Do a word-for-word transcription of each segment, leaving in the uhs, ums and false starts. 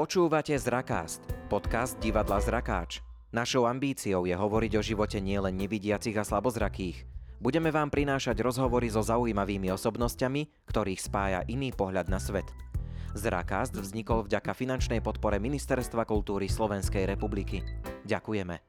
Počúvate Zrakast, podcast divadla Zrakáč. Našou ambíciou je hovoriť o živote nielen nevidiacich a slabozrakých. Budeme vám prinášať rozhovory so zaujímavými osobnosťami, ktorých spája iný pohľad na svet. Zrakast vznikol vďaka finančnej podpore Ministerstva kultúry Slovenskej republiky. Ďakujeme.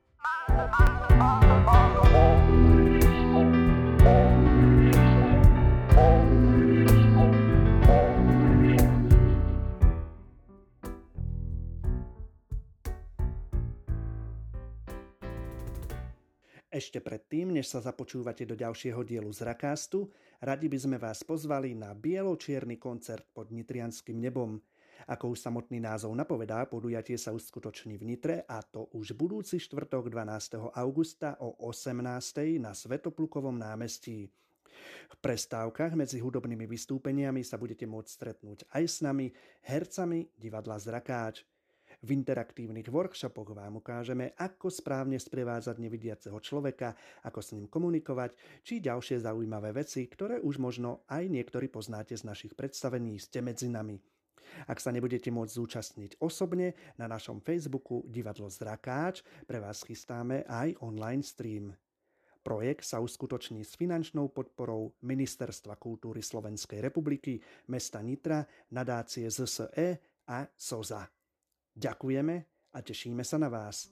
Ešte predtým, než sa započúvate do ďalšieho dielu Zrakastu, radi by sme vás pozvali na bielo-čierny koncert pod nitrianskym nebom. Ako už samotný názov napovedá, podujatie sa uskutoční v Nitre, a to už budúci štvrtok dvanásteho augusta o osemnástej na Svätoplukovom námestí. V prestávkach medzi hudobnými vystúpeniami sa budete môcť stretnúť aj s nami, hercami divadla Zrakáč. V interaktívnych workshopoch vám ukážeme, ako správne sprevádzať nevidiaceho človeka, ako s ním komunikovať, či ďalšie zaujímavé veci, ktoré už možno aj niektorí poznáte z našich predstavení Ste medzi nami. Ak sa nebudete môcť zúčastniť osobne, na našom Facebooku Divadlo Zrakáč pre vás chystáme aj online stream. Projekt sa uskutoční s finančnou podporou Ministerstva kultúry Slovenskej republiky, mesta Nitra, nadácie zet es é a es o zet á. Ďakujeme a tešíme sa na vás.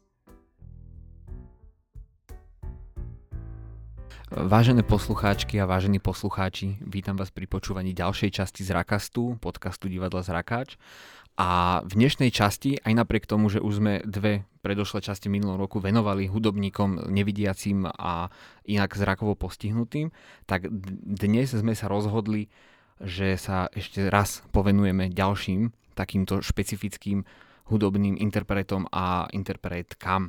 Vážené poslucháčky a vážení poslucháči, vítam vás pri počúvaní ďalšej časti Zrakastu, podcastu divadla Zrakáč. A v dnešnej časti, aj napriek tomu, že už sme dve predošlé časti minulom roku venovali hudobníkom nevidiacim a inak zrakovo postihnutým, tak dnes sme sa rozhodli, že sa ešte raz povenujeme ďalším takýmto špecifickým hudobným interpretom a interpretkám.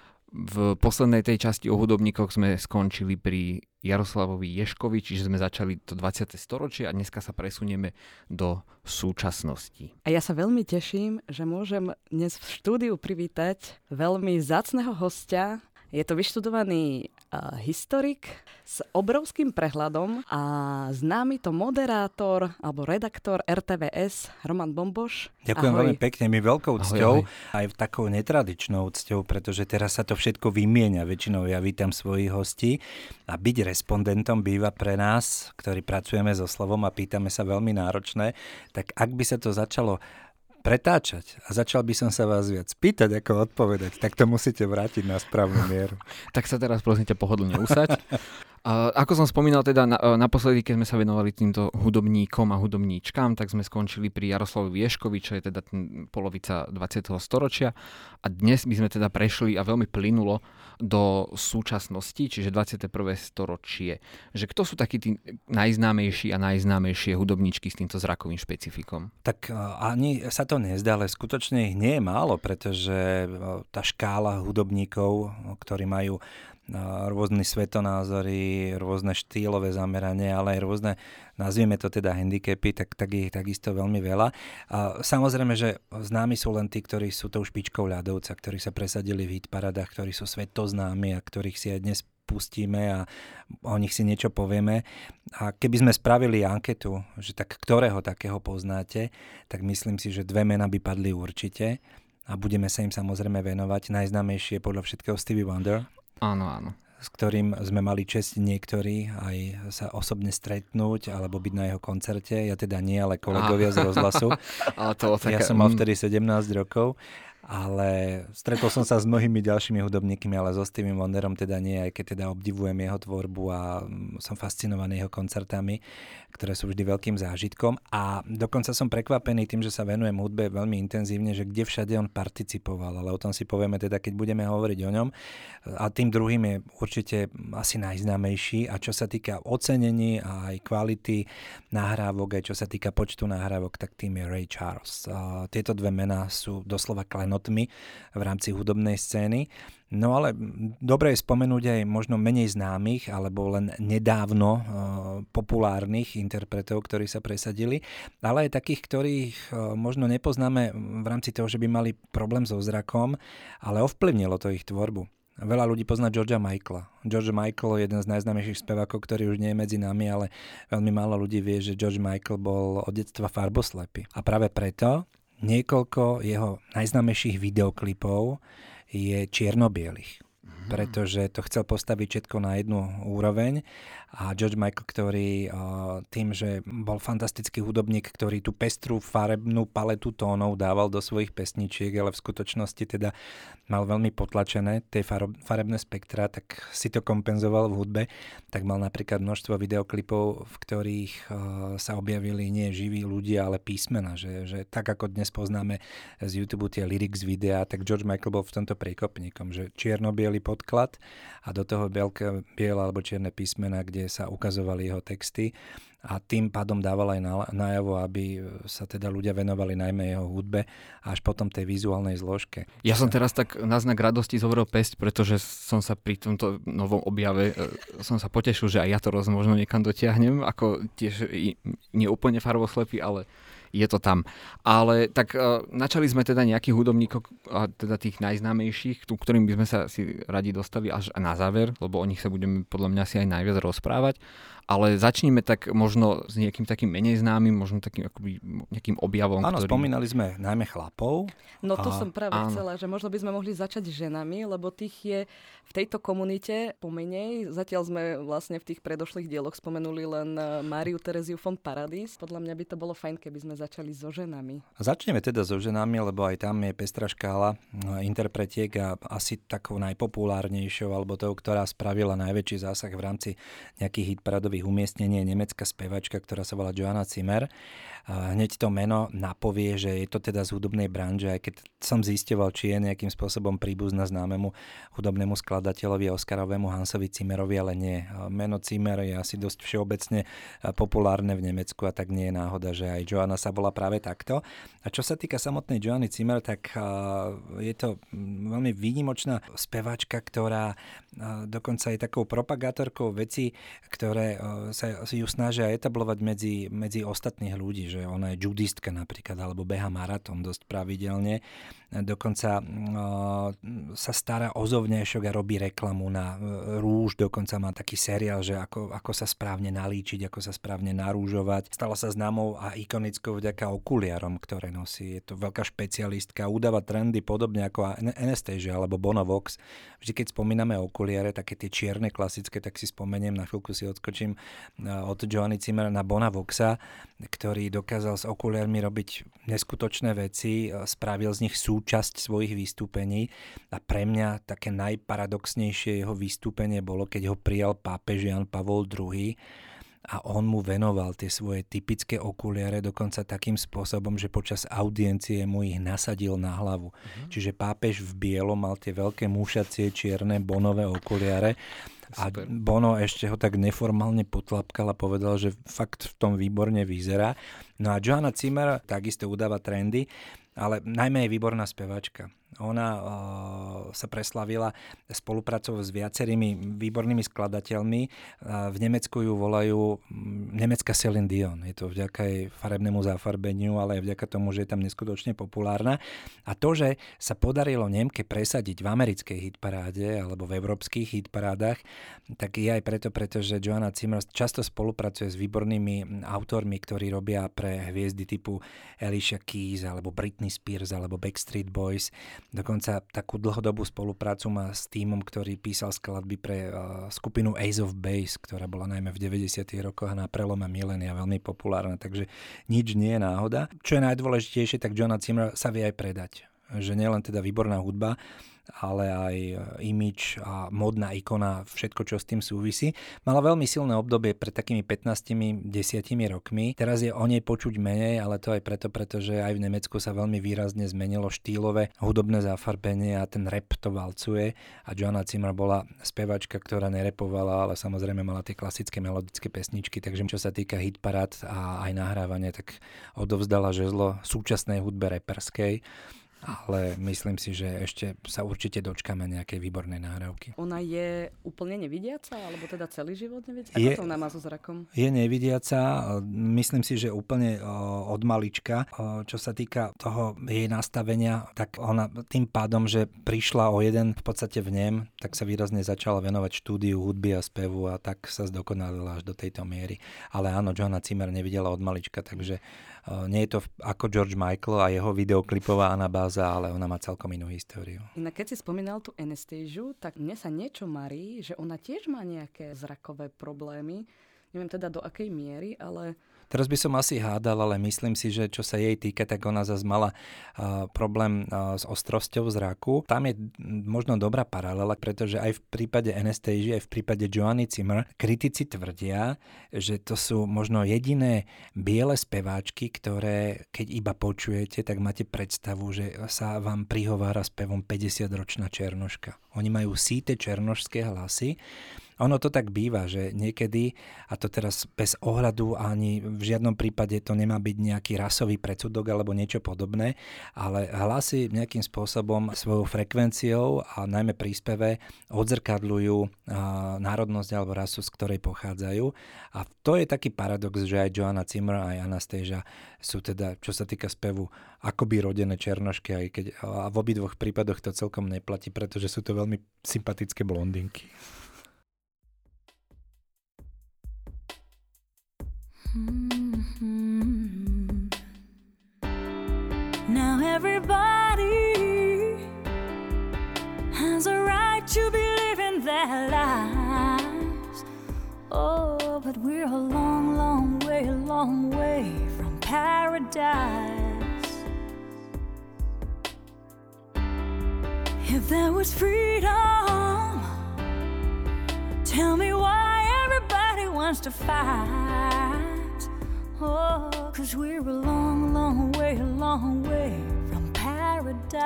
V poslednej tej časti o hudobníkoch sme skončili pri Jaroslavovi Ježkovi, čiže sme začali to dvadsiate storočie a dneska sa presunieme do súčasnosti. A ja sa veľmi teším, že môžem dnes v štúdiu privítať veľmi vzácneho hostia. Je to vyštudovaný uh, historik s obrovským prehľadom a známy to moderátor alebo redaktor er té vé es Roman Bomboš. Ďakujem ahoj. Veľmi pekne, mi veľkou cťou, ahoj, ahoj. Aj takou netradičnou cťou, pretože teraz sa to všetko vymieňa. Väčšinou ja vítam svojich hostí a byť respondentom býva pre nás, ktorí pracujeme so slovom a pýtame sa, veľmi náročné. Tak ak by sa to začalo pretáčať a začal by som sa vás viac pýtať, ako odpovedať, tak to musíte vrátiť na správnu mieru. Tak sa teraz prosím ťa pohodlne usaď. Uh, ako som spomínal teda na, uh, naposledy, keď sme sa venovali týmto hudobníkom a hudobníčkam, tak sme skončili pri Jaroslavovi Ježkovi, čo je teda ten polovica dvadsiateho storočia, a dnes by sme teda prešli a veľmi plynulo do súčasnosti, čiže dvadsiate prvé storočie. Že kto sú takí tí najznámejší a najznámejšie hudobníčky s týmto zrakovým špecifikom? Tak uh, ani sa to nezdá, ale skutočne ich nie je málo, pretože uh, tá škála hudobníkov, ktorí majú rôzne svetonázory, rôzne štýlové zameranie, ale aj rôzne, nazvieme to teda handicapy, tak, tak je ich takisto veľmi veľa. A samozrejme, že známi sú len tí, ktorí sú tou špičkou ľadovca, ktorí sa presadili v hitparadách, ktorí sú svetoznámi a ktorých si aj dnes pustíme a o nich si niečo povieme. A keby sme spravili anketu, že tak ktorého takého poznáte, tak myslím si, že dve mená by padli určite a budeme sa im samozrejme venovať. Najznámejšie je podľa všetkého Stevie Wonder. Áno, áno. S ktorým sme mali česť niektorí aj sa osobne stretnúť alebo byť na jeho koncerte. Ja teda nie, ale kolegovia z rozhlasu. Ale to ja také... som mal vtedy sedemnásť rokov, ale stretol som sa s mnohými ďalšími hudobníkmi, ale so Stevie Wonderom teda nie, aj keď teda obdivujem jeho tvorbu a som fascinovaný jeho koncertami, ktoré sú vždy veľkým zážitkom. A dokonca som prekvapený tým, že sa venujem hudbe veľmi intenzívne, že kde všade on participoval, ale o tom si povieme teda, keď budeme hovoriť o ňom. A tým druhým je určite asi najznámejší, a čo sa týka ocenení a aj kvality nahrávok, aj čo sa týka počtu nahrávok, tak tým je Ray Charles. A tieto dve mená sú doslova klenotmi v rámci hudobnej scény. No ale dobre je spomenúť aj možno menej známych alebo len nedávno uh, populárnych interpretov, ktorí sa presadili, ale aj takých, ktorých uh, možno nepoznáme v rámci toho, že by mali problém so zrakom, ale ovplyvnilo to ich tvorbu. Veľa ľudí pozná Georgea Michaela. George Michael je jeden z najznámejších spevákov, ktorý už nie je medzi nami, ale veľmi málo ľudí vie, že George Michael bol od detstva farboslepý. A práve preto niekoľko jeho najznámejších videoklipov je čierno-bielých, pretože to chcel postaviť všetko na jednu úroveň a George Michael, ktorý tým, že bol fantastický hudobník, ktorý tú pestrú farebnú paletu tónov dával do svojich pesničiek, ale v skutočnosti teda mal veľmi potlačené tie farebné spektra, tak si to kompenzoval v hudbe, tak mal napríklad množstvo videoklipov, v ktorých sa objavili nie živí ľudia, ale písmena, že, že tak ako dnes poznáme z YouTube tie lyrics videa, tak George Michael bol v tomto priekopníkom, že čierno-biely podklad a do toho bielke, biele alebo čierne písmena, kde sa ukazovali jeho texty a tým pádom dával aj najavo, aby sa teda ľudia venovali najmä jeho hudbe až potom tej vizuálnej zložke. Ja som teraz tak na znak radosti zovrel pesť, pretože som sa pri tomto novom objave som sa potešil, že aj ja to roz možno niekam dotiahnem, ako tiež nie úplne farboslepý, ale je to tam. Ale tak uh, načali sme teda nejakých hudobníkov, a teda tých najznámejších, ktorým by sme sa si radi dostali až na záver, lebo o nich sa budeme podľa mňa si aj najviac rozprávať. Ale začníme tak možno s niekým takým menej známym, možno takým akoby nejakým objavom. Áno, ktorý... spomínali sme najmä chlapov. No to a... som práve áno. chcela, že možno by sme mohli začať ženami, lebo tých je v tejto komunite pomenej. Zatiaľ sme vlastne v tých predošlých dieloch spomenuli len Máriu Tereziu von Paradis. Podľa mňa by to bolo fajn, keby sme začali so ženami. Začneme teda so ženami, lebo aj tam je pestrá škála interpretiek a asi takou najpopulárnejšou, alebo tou, ktorá spravila najväčší zásah v rámci nejakých hitparadových umiestnenie nemecká spevačka, ktorá sa volá Joanna Zimmer. Hneď to meno napovie, že je to teda z hudobnej branže, aj keď som zisťoval, či je nejakým spôsobom príbuzná známemu hudobnému skladateľovi Oskarovému Hansovi Zimmerovi, ale nie. Meno Zimmer je asi dosť všeobecne populárne v Nemecku a tak nie je náhoda, že aj Joanna sa volá práve takto. A čo sa týka samotnej Joanny Zimmer, tak je to veľmi výnimočná spevačka, ktorá dokonca je takou propagátorkou vecí, ktoré sa ju snažia etablovať medzi, medzi ostatných ľudí, že ona je judistka napríklad, alebo beha maratón dosť pravidelne. Dokonca uh, sa stará o zovňajšok a robí reklamu na rúž, dokonca má taký seriál, že ako, ako sa správne nalíčiť, ako sa správne narúžovať. Stala sa známou a ikonickou vďaka okuliarom, ktoré nosí. Je to veľká špecialistka, udáva trendy podobne ako Anastasia alebo Bono Vox. Vždy, keď spomíname okuliare, také tie čierne klasické, tak si spomeniem, na chvíľku si odskočím od Joanny Zimmer na Bona Voxa, ktorý dokázal s okuliarmi robiť neskutočné veci, spravil z nich súčasť svojich vystúpení a pre mňa také najparadoxnejšie jeho vystúpenie bolo, keď ho prijal pápež Jan Pavol druhý. A on mu venoval tie svoje typické okuliare dokonca takým spôsobom, že počas audiencie mu ich nasadil na hlavu. Mhm. Čiže pápež v bielom mal tie veľké múšacie čierne Bonové okuliare. A Bono ešte ho tak neformálne potlapkal a povedal, že fakt v tom výborne vyzerá. No a Joanna Zimmer takisto udáva trendy, ale najmä je výborná spevačka. Ona uh, sa preslavila spolupracou s viacerými výbornými skladateľmi. Uh, v Nemecku ju volajú um, nemecká Celine Dion. Je to vďaka jej farebnému zafarbeniu, ale aj vďaka tomu, že je tam neskutočne populárna. A to, že sa podarilo Nemke presadiť v americkej hitparáde alebo v európskych hitparádach, tak je aj preto, pretože Joanna Zimmer často spolupracuje s výbornými autormi, ktorí robia pre hviezdy typu Alicia Keys alebo Britney Spears alebo Backstreet Boys. Dokonca takú dlhodobú spoluprácu má s tímom, ktorý písal skladby pre uh, skupinu Ace of Base, ktorá bola najmä v deväťdesiatych rokoch a na prelome milénia veľmi populárna, takže nič nie je náhoda. Čo je najdôležitejšie, tak Joanna Zimmer sa vie aj predať. Že nielen teda výborná hudba, ale aj imidž a módna ikona, všetko, čo s tým súvisí. Mala veľmi silné obdobie pred takými pätnástimi desiatimi rokmi. Teraz je o nej počuť menej, ale to aj preto, pretože aj v Nemecku sa veľmi výrazne zmenilo štýlové hudobné zafarbenie a ten rap to valcuje. A Joanna Zimmer bola spevačka, ktorá nerepovala, ale samozrejme mala tie klasické melodické pesničky, takže čo sa týka hitparád a aj nahrávania, tak odovzdala žezlo súčasnej hudbe reperskej. Ale myslím si, že ešte sa určite dočkáme nejakej výbornej nahrávky. Ona je úplne nevidiaca, alebo teda celý život nevidiaca? Je, ako to má so zrakom? Je nevidiaca, myslím si, že úplne od malička. Čo sa týka toho jej nastavenia, tak ona tým pádom, že prišla o jeden v podstate vnem, tak sa výrazne začala venovať štúdiu hudby a spevu a tak sa zdokonalila až do tejto miery. Ale áno, Joanna Zimmer nevidela od malička, takže Nie je to ako George Michael a jeho videoklipová anabáza, ale ona má celkom inú históriu. Inak keď si spomínal tú Anastasiu, tak mne sa niečo marí, že ona tiež má nejaké zrakové problémy. Neviem teda do akej miery, ale... Teraz by som asi hádal, ale myslím si, že čo sa jej týka, tak ona zase mala uh, problém uh, s ostrosťou zraku. Tam je možno dobrá paralela, pretože aj v prípade Anastasie, aj v prípade Joanny Zimmer, kritici tvrdia, že to sú možno jediné biele speváčky, ktoré keď iba počujete, tak máte predstavu, že sa vám prihovára spevom päťdesiatročná černoška. Oni majú síte černošské hlasy. Ono to tak býva, že niekedy, a to teraz bez ohľadu ani v žiadnom prípade to nemá byť nejaký rasový predsudok alebo niečo podobné, ale hlasy nejakým spôsobom svojou frekvenciou a najmä príspeve odzrkadľujú národnosť alebo rasu, z ktorej pochádzajú. A to je taký paradox, že aj Joanna Zimmer, aj Anastasia sú teda, čo sa týka spevu, akoby rodené černošky, aj keď a v obidvoch prípadoch to celkom neplatí, pretože sú to veľmi sympatické blondinky. Mm-hmm. Now everybody has a right to be living their lives. Oh, but we're a long, long way, a long way from paradise. If there was freedom, tell me why everybody wants to fight. Oh, 'cause we're a long, long way, a long way from paradise.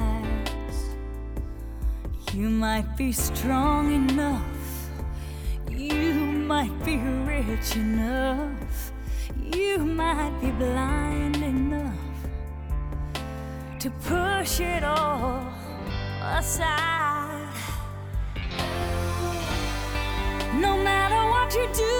You might be strong enough, you might be rich enough, you might be blind enough to push it all aside. No matter what you do,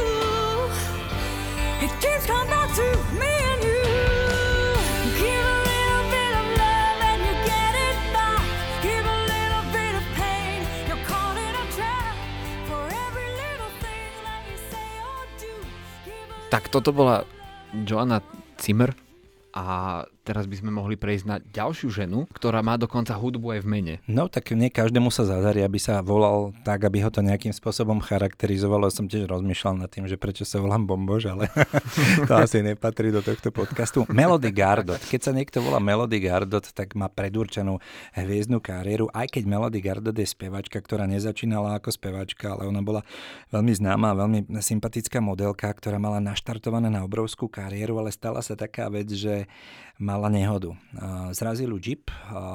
it keeps coming back to me and you. Give a little bit of love and you get it back. Give a little bit of pain, you're caught in a trap. For every little thing that you say or do, give a Tak toto bola Joanna Zimmer a teraz by sme mohli prejsť na ďalšiu ženu, ktorá má dokonca hudbu aj v mene. No tak nie každému sa zadarí, aby sa volal tak, aby ho to nejakým spôsobom charakterizovalo. Som tiež rozmýšľal nad tým, že prečo sa volám Bombož, ale to asi nepatrí do tohto podcastu. Melody Gardot. Keď sa niekto volá Melody Gardot, tak má predurčenú hviezdnu kariéru, aj keď Melody Gardot je spevačka, ktorá nezačínala ako spevačka, ale ona bola veľmi známa, veľmi sympatická modelka, ktorá mala naštartované na obrovskú kariéru, ale stala sa taká vec, že mala nehodu. Zrazil ju džip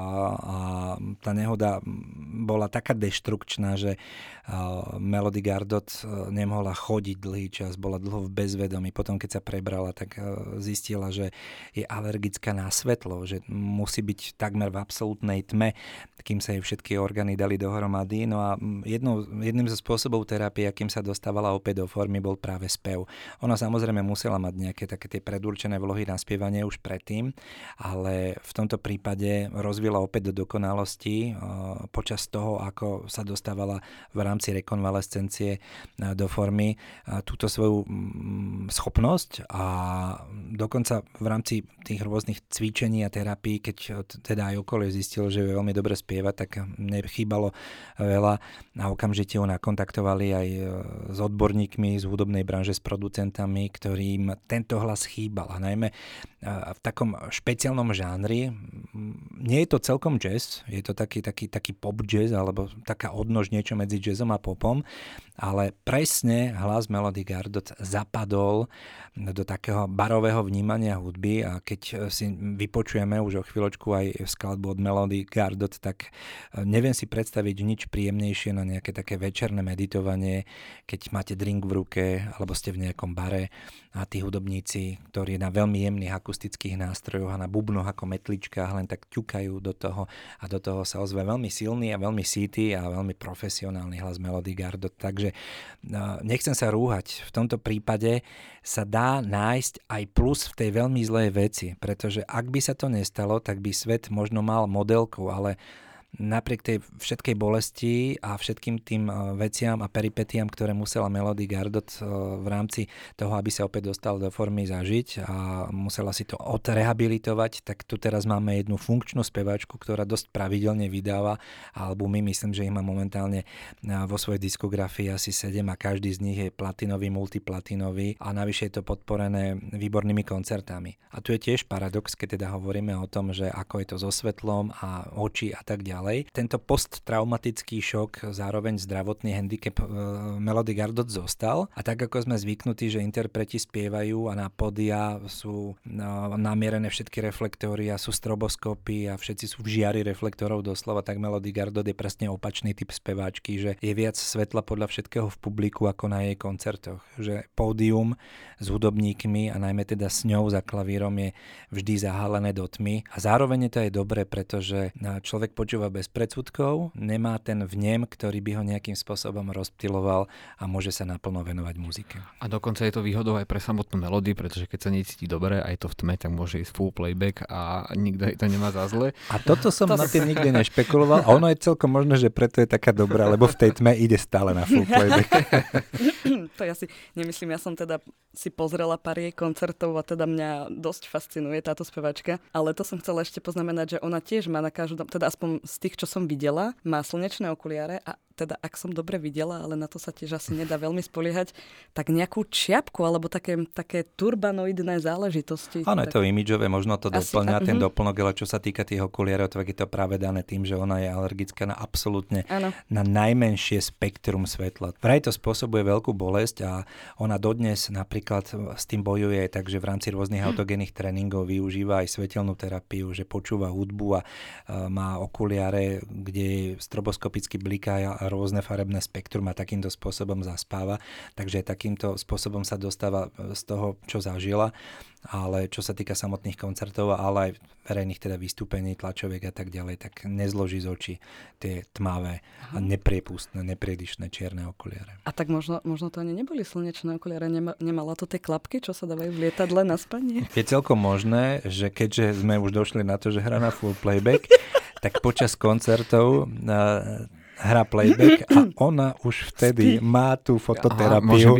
a tá nehoda bola taká deštrukčná, že Melody Gardot nemohla chodiť dlhý čas, bola dlho v bezvedomí. Potom, keď sa prebrala, tak zistila, že je alergická na svetlo, že musí byť takmer v absolútnej tme, kým sa jej všetky orgány dali dohromady. No a jednou, jedným zo spôsobov terapie, akým sa dostávala opäť do formy, bol práve spev. Ona samozrejme musela mať nejaké také tie predurčené vlohy na spievanie už predtým, ale v tomto prípade rozvila opäť do dokonalosti počas toho, ako sa dostávala v rámci rekonvalescencie do formy túto svoju schopnosť a dokonca v rámci tých rôznych cvičení a terapií, keď teda aj okolie zistilo, že je veľmi dobre spievať, tak nechýbalo veľa a okamžite ho nakontaktovali aj s odborníkmi z hudobnej branže, s producentami, ktorým tento hlas chýbal. A najmä v takom špeciálnom žánri. Nie je to celkom jazz, je to taký, taký, taký pop jazz, alebo taká odnož niečo medzi jazzom a popom, ale presne hlas Melody Gardot zapadol do takého barového vnímania hudby a keď si vypočujeme už o chvíľočku aj skladbu od Melody Gardot, tak neviem si predstaviť nič príjemnejšie na nejaké také večerné meditovanie, keď máte drink v ruke, alebo ste v nejakom bare a tí hudobníci, ktorí na veľmi jemných akustických nástrojoch a na bubnoch ako metličkách len tak ťukajú do toho a do toho sa ozve veľmi silný a veľmi sítý a veľmi profesionálny hlas Melody Gardot. Takže nechcem sa rúhať. V tomto prípade sa dá nájsť aj plus v tej veľmi zlej veci, pretože ak by sa to nestalo, tak by svet možno mal modelku, ale napriek tej všetkej bolesti a všetkým tým veciam a peripetiám, ktoré musela Melody Gardot v rámci toho, aby sa opäť dostal do formy, zažiť a musela si to odrehabilitovať, tak tu teraz máme jednu funkčnú speváčku, ktorá dosť pravidelne vydáva albumy. Myslím, že ich má momentálne vo svojej diskografii asi sedem a každý z nich je platinový, multiplatinový a navyše je to podporené výbornými koncertami. A tu je tiež paradox, keď teda hovoríme o tom, že ako je to so svetlom a oči a tak ďalej. Tento posttraumatický šok, zároveň zdravotný handicap Melody Gardot zostal a tak ako sme zvyknutí, že interpreti spievajú a na pódia sú namierené všetky reflektóry a sú stroboskopy a všetci sú v žiari reflektorov doslova, tak Melody Gardot je presne opačný typ speváčky, že je viac svetla podľa všetkého v publiku ako na jej koncertoch. Že pódium s hudobníkmi a najmä teda s ňou za klavírom je vždy zahalené do tmy a zároveň to je dobré, pretože človek počúva bez predsudkov, nemá ten vnem, ktorý by ho nejakým spôsobom rozptyloval a môže sa naplno venovať muzike. A dokonca je to výhodou aj pre samotnú melódiu, pretože keď sa necíti dobre a je to v tme, tak môže ísť full playback a nikto to nemá za zle. A toto som na tým nikdy nešpekuloval a ono je celkom možné, že preto je taká dobrá, lebo v tej tme ide stále na full playback. To ja si nemyslím, ja som teda si pozrela pár jej koncertov a teda mňa dosť fascinuje táto spevačka, ale to som chcela ešte poznamenať, že ona tiež má na každom, teda aspoň z tých, čo som videla, má slnečné okuliare a teda ak som dobre videla, ale na to sa tiež asi nedá veľmi spoliehať, tak nejakú čiapku alebo také, také turbanoidné záležitosti. Áno, tak... je to imidžové, možno to asi, doplňa a, ten uh-huh. doplnok, ale čo sa týka tých okuliarov, tak je to práve dané tým, že ona je alergická na absolútne, ano. na najmenšie spektrum svetla. Vraj to spôsobuje veľkú bolesť a ona dodnes napríklad s tým bojuje tak, že v rámci rôznych autogénnych tréningov využíva aj svetelnú terapiu, že počúva hudbu a uh, má okuliare, kde stroboskopicky bliká rôzne farebné spektrum a takýmto spôsobom zaspáva. Takže takýmto spôsobom sa dostáva z toho, čo zažila. Ale čo sa týka samotných koncertov, ale aj verejných teda vystúpení, tlačoviek a tak ďalej, tak nezloží z očí tie tmavé, a nepriepustné, nepriedyšné čierne okuliare. A tak možno, možno to ani neboli slnečné okuliare, Nema, nemala to tie klapky, čo sa dávajú v lietadle na spanie? Je celkom možné, že keďže sme už došli na to, že hrá na full playback, tak počas koncertov uh, hrá playback a ona už vtedy Spí. má tú fototerapiu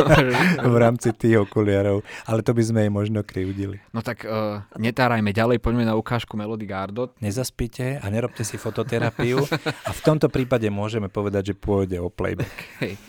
v rámci tých okuliarov. Ale to by sme jej možno krivdili. No tak uh, netárajme ďalej, poďme na ukážku Melody Gardot. Nezaspíte a nerobte si fototerapiu a v tomto prípade môžeme povedať, že pôjde o playback. Hej.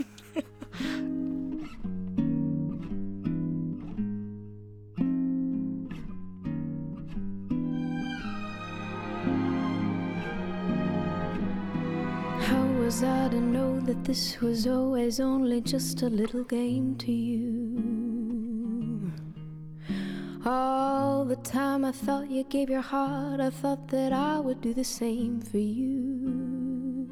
Was I to know that this was always only just a little game to you? All the time I thought you gave your heart, I thought that I would do the same for you.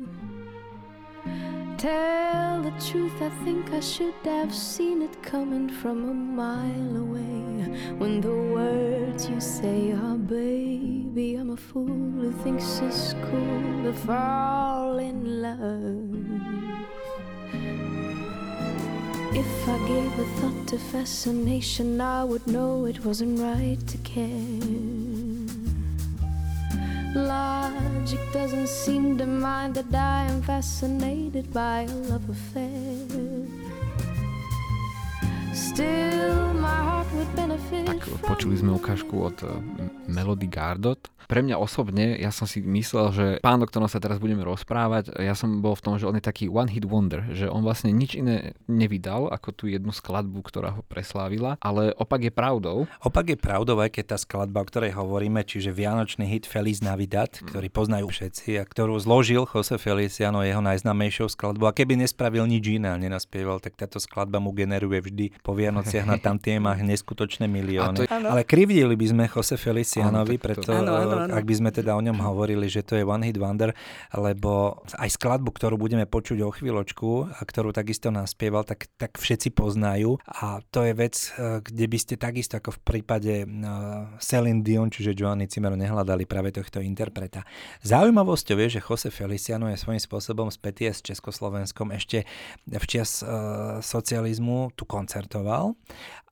Tell the truth, I think I should have seen it coming from a mile away. When the words you say are, baby, I'm a fool who thinks it's cool to fall in love. If I gave a thought to fascination, I would know it wasn't right to care. Logic doesn't seem to mind that I am fascinated by a love affair. Still my heart would benefit. Tak počuli sme ukážku od Melody Gardot. Pre mňa osobne, ja som si myslel, že pán, o ktorom sa teraz budeme rozprávať, ja som bol v tom, že on je taký one hit wonder, že on vlastne nič iné nevydal ako tú jednu skladbu, ktorá ho preslávila, ale opak je pravdou. Opak je pravdou, aj keď tá skladba, o ktorej hovoríme, čiže vianočný hit Feliz Navidad, mm. ktorý poznajú všetci a ktorú zložil José Feliciano, jeho najznámejšou skladbou, a keby nespravil nič iné a nenaspieval, tak táto skladba mu generuje vždy po Vianociach na tantiemach neskutočné milióny. Je... Ale krivdili by sme José Felicianovi, preto áno, áno, áno. Ak by sme teda o ňom hovorili, že to je one hit wonder, lebo aj skladbu, ktorú budeme počuť o chvíľočku a ktorú takisto naspieval, tak, tak všetci poznajú a to je vec, kde by ste takisto ako v prípade Celine Dion, čiže Joanny Zimmer, nehľadali práve tohto interpreta. Zaujímavosťou je, že José Feliciano je svojím spôsobom spätý s Československom. Ešte v čas uh, socializmu tu koncertoval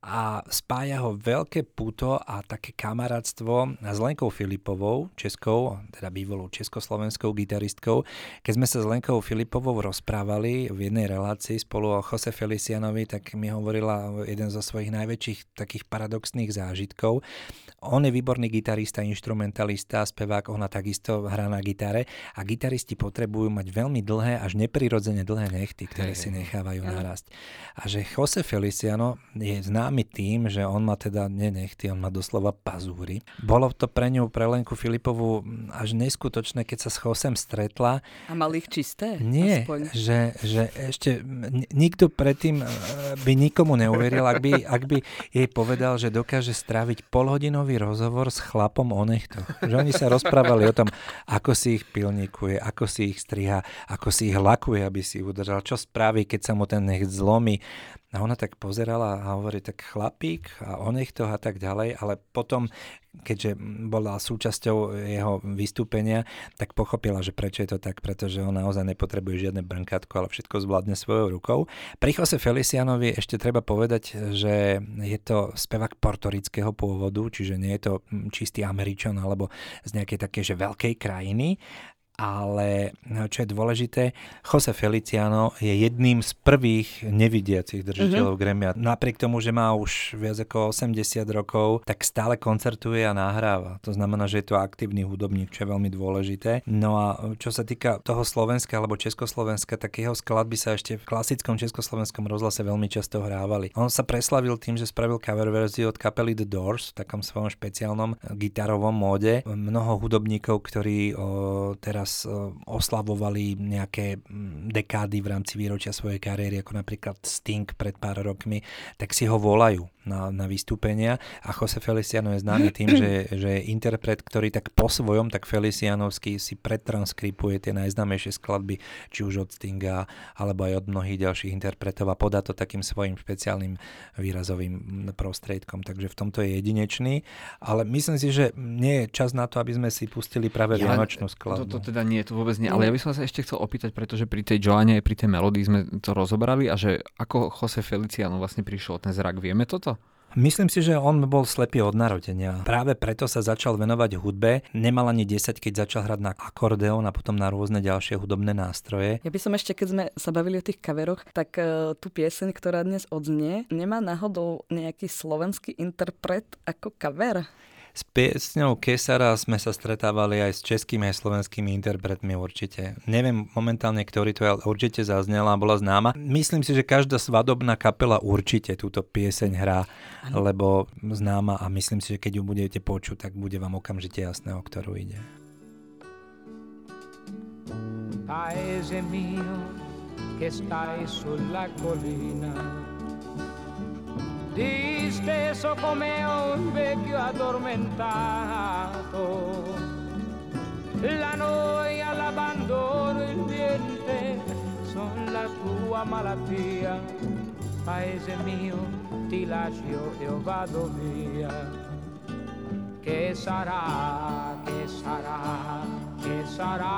a spája ho veľké puto a také kamarátstvo s Lenkou Filipovou, českou, teda bývalou československou gitaristkou. Keď sme sa s Lenkou Filipovou rozprávali v jednej relácii spolu o Jose Felicianovi, tak mi hovorila jeden zo svojich najväčších takých paradoxných zážitkov. On je výborný gitarista, inštrumentalista, spevák, ona takisto hrá na gitare a gitaristi potrebujú mať veľmi dlhé, až neprirodzene dlhé nechty, ktoré si nechávajú narásť. A že Jose Feliciano je známy tým, že on má teda nie nechty, on má doslova pazúry. Bolo to pre ňu, pre Lenku Filipovú až neskutočné, keď sa s Josem stretla. A mal ich čisté? Nie, že, že ešte nikto predtým by nikomu neuveril, ak by, ak by jej povedal, že dokáže stráviť polhodinový rozhovor s chlapom o nechtoch. Že oni sa rozprávali o tom, ako si ich pilníkuje, ako si ich striha, ako si ich lakuje, aby si ich udržal, čo spraví, keď sa mu ten necht zlomí. A ona tak pozerala a hovorí, tak chlapík a o nechtoch a tak ďalej, ale potom, keďže bola súčasťou jeho vystúpenia, tak pochopila, že prečo je to tak, pretože on naozaj nepotrebuje žiadne brnkátko, ale všetko zvládne svojou rukou. Pri Jose Felicianovi ešte treba povedať, že je to spevák portorického pôvodu, čiže nie je to čistý Američan alebo z nejakej také, že veľkej krajiny. Ale čo je dôležité, Jose Feliciano je jedným z prvých nevidiacich držiteľov mm-hmm. Grammy. Napriek tomu, že má už viac ako osemdesiat rokov, tak stále koncertuje a nahráva. To znamená, že je to aktívny hudobník, čo je veľmi dôležité. No a čo sa týka toho Slovenska alebo Československa, tak jeho skladby sa ešte v klasickom československom rozhlase veľmi často hrávali. On sa preslavil tým, že spravil cover verziu od kapely The Doors v takom svojom špeciálnom gitarovom móde. Mnoho hudobníkov, ktorí o, teraz oslavovali nejaké dekády v rámci výročia svojej kariéry, ako napríklad Sting pred pár rokmi, tak si ho volajú na, na vystúpenia a Jose Feliciano je známy tým, že, že je interpret, ktorý tak po svojom, tak felicianovsky si pretranskripuje tie najznámejšie skladby, či už od Stinga, alebo aj od mnohých ďalších interpretov a podá to takým svojim špeciálnym výrazovým prostriedkom. Takže v tomto je jedinečný, ale myslím si, že nie je čas na to, aby sme si pustili práve ja, vianočnú skladbu. To, to teda nie, to vôbec nie, ale ja by som sa ešte chcel opýtať, pretože pri tej Joanne aj pri tej melódii sme to rozobrali a že ako Jose Feliciano vlastne prišiel ten zrak, vieme toto? Myslím si, že on bol slepý od narodenia. Práve preto sa začal venovať hudbe. Nemal ani desať, keď začal hrať na akordeón a potom na rôzne ďalšie hudobné nástroje. Ja by som ešte, keď sme sa bavili o tých coveroch, tak uh, tú pieseň, ktorá dnes odznie, nemá náhodou nejaký slovenský interpret ako cover? S piesňou Kesara sme sa stretávali aj s českými a slovenskými interpretmi určite. Neviem momentálne, ktorý to je, ale určite zaznela a bola známa. Myslím si, že každá svadobná kapela určite túto pieseň hrá, lebo známa a myslím si, že keď ju budete počuť, tak bude vám okamžite jasné, o ktorú ide. Paese mio che stai sulla collina, disteso come un vecchio addormentato, la noia, l'abbandono, il niente son la tua malattia. Paese mio, ti lascio e vado via. Che sarà, che sarà, che sarà,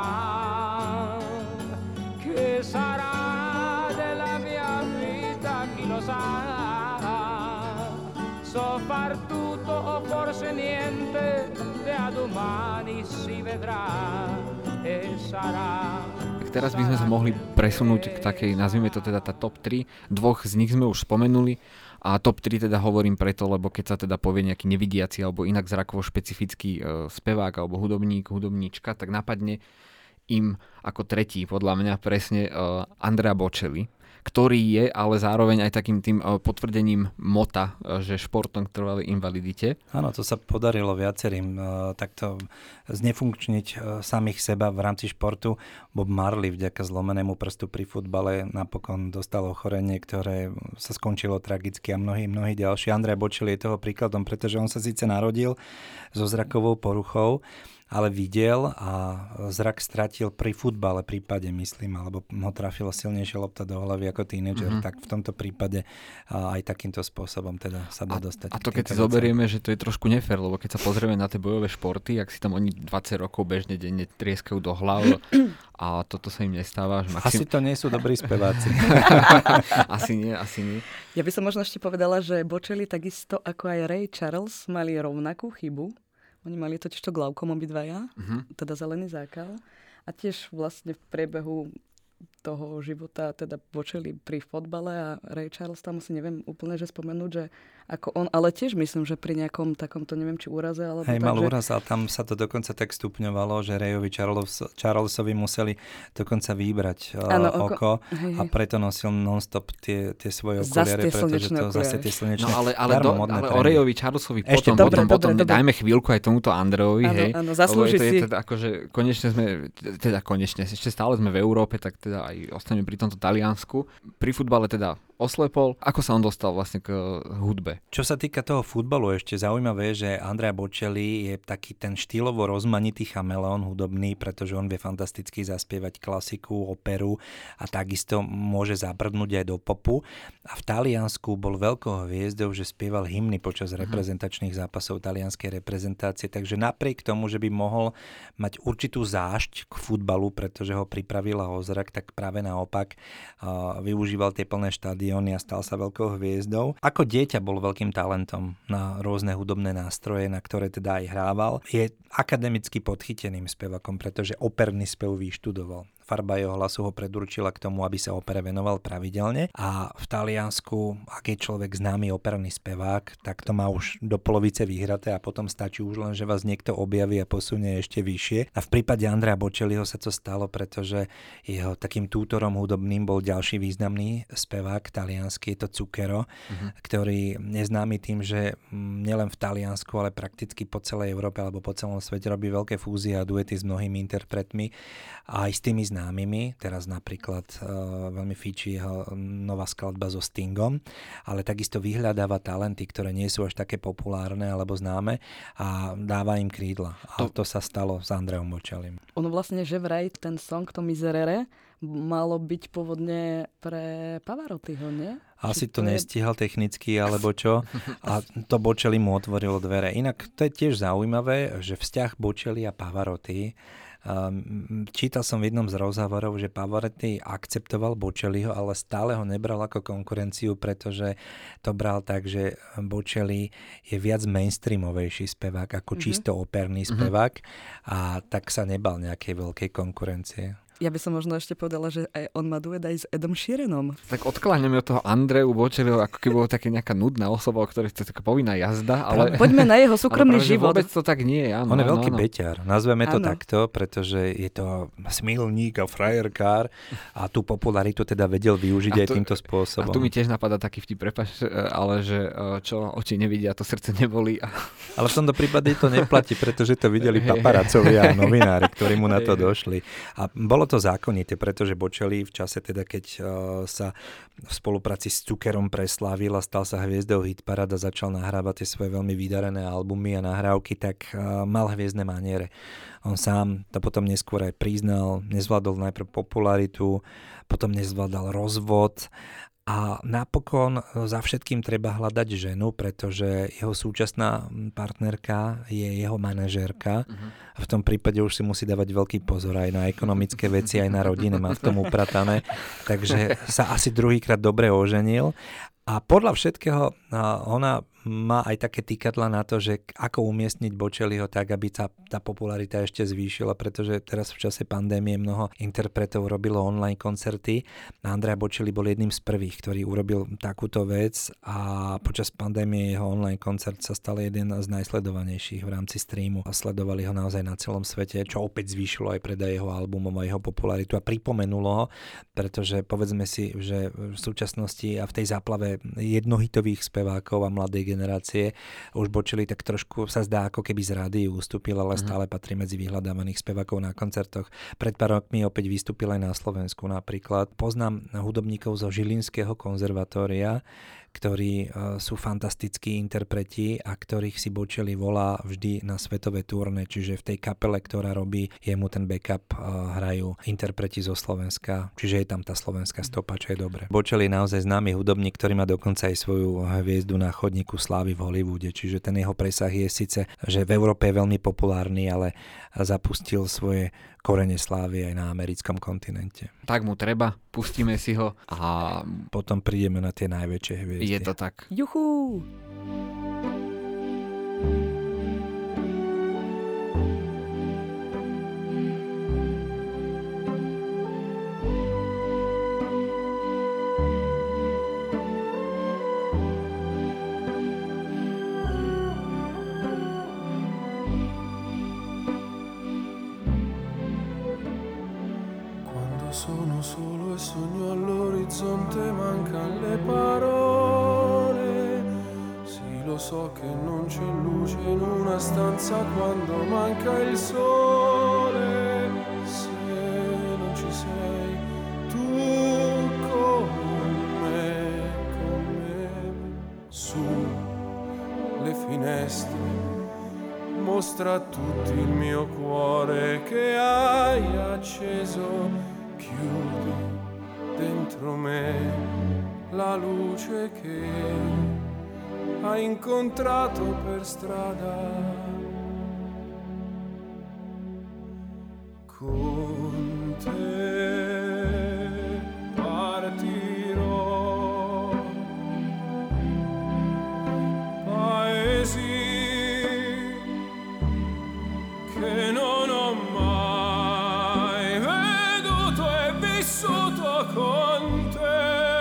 che sarà della mia vita, chi lo sa. So far tutto o forse niente, e a domani si vedrà e sarà. Tak teraz by sme sa mohli presunúť k takej, nazvime to teda tá top tri. Dvoch z nich sme už spomenuli a top tri teda hovorím preto, lebo keď sa teda povie nejaký nevidiaci alebo inak zrakovo špecifický e, spevák alebo hudobník, hudobníčka, tak napadne im ako tretí podľa mňa presne e, Andrea Bocelli, ktorý je ale zároveň aj takým tým potvrdením mota, že športom k trvalej invalidite. Áno, to sa podarilo viacerým takto znefunkčniť samých seba v rámci športu. Bob Marley vďaka zlomenému prstu pri futbale napokon dostal ochorenie, ktoré sa skončilo tragicky a mnohí, mnohí ďalší. Andrea Bocelli je toho príkladom, pretože on sa síce narodil so zrakovou poruchou, ale videl a zrak stratil pri futbale prípade, myslím, alebo ho trafila silnejšia lopta do hlavy ako tínedžer, mm-hmm. tak v tomto prípade aj takýmto spôsobom teda sa dá dostať. A, a to keď si zoberieme, že to je trošku nefér, lebo keď sa pozrieme na tie bojové športy, ak si tam oni dvadsať rokov bežne denne trieskajú do hlav a toto sa im nestáva. Že maxim... Asi to nie sú dobrí speváci. asi nie, asi nie. Ja by som možno ešte povedala, že Bocelli takisto ako aj Ray Charles mali rovnakú chybu. Oni mali totiž to glaukom obidvaja, uh-huh. teda zelený zákal. A tiež vlastne v priebehu toho života, teda Bocelli pri fotbale a Ray Charles tam asi neviem úplne, že spomenúť, že ako on, ale tiež myslím, že pri nejakom takomto, neviem, či úraze, alebo Hej, tak, mal že... úraz, ale tam sa to dokonca tak stupňovalo, že Rayovi Charles, Charlesovi museli dokonca vybrať ano, uh, oko hej, hej. a preto nosil non-stop tie, tie svoje okuliare, pretože to okuliare. zase tie slnečné. No ale, ale, do, ale o Rayovi Charlesovi Ešte potom, dobre, potom, dobre, potom dobre. dajme chvíľku aj tomuto Andrejovi, hej. Áno, zaslúži si. Teda akože konečne sme, teda konečne, ešte stále sme v Európe, tak teda aj ostaneme pri tomto Taliansku. Pri futbale teda oslepol. Ako sa on dostal vlastne k hudbe? Čo sa týka toho futbalu, ešte zaujímavé, že Andrea Bocelli je taký ten štýlovo rozmanitý chameleón hudobný, pretože on vie fantasticky zaspievať klasiku, operu a takisto môže zabrdnúť aj do popu. A v Taliansku bol veľkou hviezdou, že spieval hymny počas uh-huh. reprezentačných zápasov talianskej reprezentácie, takže napriek tomu, že by mohol mať určitú zášť k futbalu, pretože ho pripravila o zrak, tak práve naopak uh, využíval tie plné štády a stal sa veľkou hviezdou. Ako dieťa bol veľkým talentom na rôzne hudobné nástroje, na ktoré teda aj hrával. Je akademicky podchyteným spevakom, pretože operný spev vyštudoval. Farba jeho hlasu ho predurčila k tomu, aby sa opere venoval pravidelne a v Taliansku, ak je človek známy operný spevák, tak to má už do polovice vyhraté a potom stačí už len, že vás niekto objaví a posunie ešte vyššie. A v prípade Andrea Bocelliho sa to stalo, pretože jeho takým tútorom hudobným bol ďalší významný spevák taliansky, je to Zucchero, uh-huh. ktorý je známy tým, že nielen v Taliansku, ale prakticky po celej Európe alebo po celom svete robí veľké fúzie a duety s mnohými interpretmi a aj s tými známymi. Teraz napríklad uh, veľmi fíči jeho nová skladba so Stingom, ale takisto vyhľadáva talenty, ktoré nie sú až také populárne alebo známe a dáva im krídla. A to, to sa stalo s Andreom Bocellim. Ono vlastne, že vraj ten song, to Miserere, malo byť pôvodne pre Pavarottiho, nie? Asi to, to je... nestíhal technicky, alebo čo. A to Bocelli mu otvorilo dvere. Inak to je tiež zaujímavé, že vzťah Bocelli a Pavarotti. Um, čítal som v jednom z rozhovorov, že Pavarotti akceptoval Bocelliho, ale stále ho nebral ako konkurenciu, pretože to bral tak, že Bocelli je viac mainstreamovejší spevák ako mm-hmm. čisto operný spevák mm-hmm. a tak sa nebal nejakej veľkej konkurencie. Ja by som možno ešte povedala, že aj on má duet aj s Edom Sheeranom. Tak odkláňame od toho Andreu Bocelliho, ako keby bol taká nejaká nudná osoba, o ktorej to je taká povinná jazda, ale... Poďme na jeho súkromný život. Vôbec to tak nie je, áno. On je áno, veľký áno. beťar, nazveme to áno. takto, pretože je to smilník a frajerkár a tú popularitu teda vedel využiť aj týmto spôsobom. A tu mi tiež napadá taký vtip, prepáč, ale že čo oči nevidia, to srdce nebolí. A... Ale v tomto prípade to neplatí, pretože to videli paparacovia a novinári, ktorí mu na to došli. A bolo to zákonité, pretože Bocelli v čase teda, keď uh, sa v spolupráci s Zuccherom preslávil a stal sa hviezdou hitparád a začal nahrávať tie svoje veľmi vydarené albumy a nahrávky, tak uh, mal hviezdne maniere. On sám to potom neskôr aj priznal, nezvládol najprv popularitu, potom nezvládal rozvod a napokon za všetkým treba hľadať ženu, pretože jeho súčasná partnerka je jeho manažérka. Uh-huh. A v tom prípade už si musí dávať veľký pozor aj na ekonomické veci, aj na rodinu, má v tom upratané. Takže sa asi druhýkrát dobre oženil. A podľa všetkého ona má aj také týkadla na to, že ako umiestniť Bocelliho tak, aby tá, tá popularita ešte zvýšila, pretože teraz v čase pandémie mnoho interpretov robilo online koncerty. Andrea Bocelli bol jedným z prvých, ktorý urobil takúto vec a počas pandémie jeho online koncert sa stal jeden z najsledovanejších v rámci streamu a sledovali ho naozaj na celom svete, čo opäť zvýšilo aj predaj jeho albumov a jeho popularitu a pripomenulo ho, pretože povedzme si, že v súčasnosti a v tej záplave jednohitových spevákov a mladej generácie už Bocelli tak trošku sa zdá, ako keby z rádií ustúpil, ale stále patrí medzi vyhľadávaných spevákov na koncertoch. Pred pár rokmi opäť vystúpil aj na Slovensku napríklad. Poznám hudobníkov zo Žilinského konzervatória, ktorí sú fantastickí interpreti a ktorých si Bocelli volá vždy na svetové turné, čiže v tej kapele, ktorá robí jemu ten backup, hrajú interpreti zo Slovenska, čiže je tam tá slovenská stopa, čo je dobre. Bocelli je naozaj známy hudobník, ktorý má dokonca aj svoju hviezdu na chodníku slávy v Hollywoode, čiže ten jeho presah je síce, že v Európe je veľmi populárny, ale zapustil svoje korene slávy aj na americkom kontinente. Tak mu treba, pustíme si ho a potom prídeme na tie najväčšie hviezdy. Je to tak. Juchú! Sono solo e sogno all'orizzonte, mancan le parole. Sì, lo so che non c'è luce in una stanza quando manca il sole. Se non ci sei tu con me, con me, su le finestre mostra a tutti il mio cuore che hai acceso. Chiudi dentro me la luce che hai incontrato per strada. Con te partirò, paesi che non ho mai veduto e vissuto con te.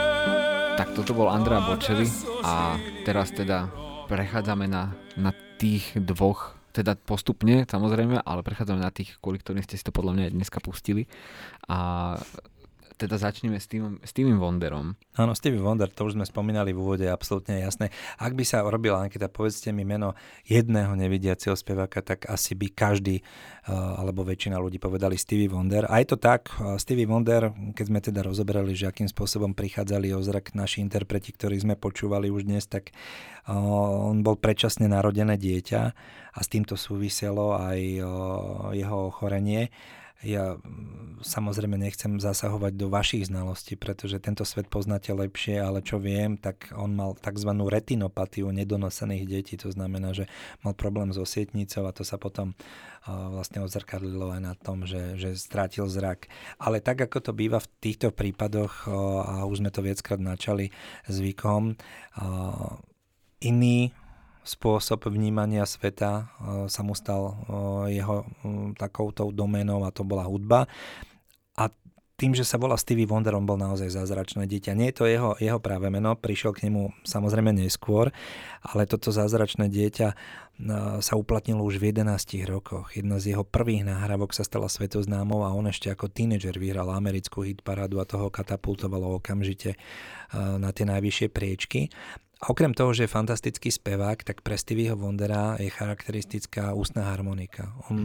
Tak toto bol Andrea Bocelli a teraz teda prechádzame na, na tých dvoch, teda postupne samozrejme, ale prechádzame na tých, kvôli ktorým ste si to podľa mňa dneska pustili. A teda začneme s tým, Stevie Wonderom. Áno, Stevie Wonder, to už sme spomínali v úvode, absolútne jasné. Ak by sa robila anketa, povedzte mi meno jedného nevidiaceho speváka, tak asi by každý, alebo väčšina ľudí povedali Stevie Wonder. A je to tak, Stevie Wonder, keď sme teda rozoberali, že akým spôsobom prichádzali o zrak naši interpreti, ktorých sme počúvali už dnes, tak on bol predčasne narodené dieťa a s týmto súviselo aj jeho ochorenie. Ja samozrejme nechcem zasahovať do vašich znalostí, pretože tento svet poznáte lepšie, ale čo viem, tak on mal tzv. Retinopatiu nedonosených detí, to znamená, že mal problém so sietnicou a to sa potom uh, vlastne odzrkadlilo aj na tom, že, že strátil zrak. Ale tak, ako to býva v týchto prípadoch, uh, a už sme to viackrát načali zvykom, uh, iný spôsob vnímania sveta sa mu stal jeho takoutou doménou a to bola hudba. A tým, že sa volá Stevie Wonder, on bol naozaj zázračné dieťa. Nie je to jeho, jeho práve meno, prišiel k nemu samozrejme neskôr, ale toto zázračné dieťa sa uplatnilo už v jedenástich rokoch. Jedna z jeho prvých nahrávok sa stala svetoznámou a on ešte ako tínedžer vyhral americkú hitparádu a toho katapultovalo okamžite na tie najvyššie priečky. A okrem toho, že je fantastický spevák, tak pre Stevieho Wondera je charakteristická ústna harmonika. On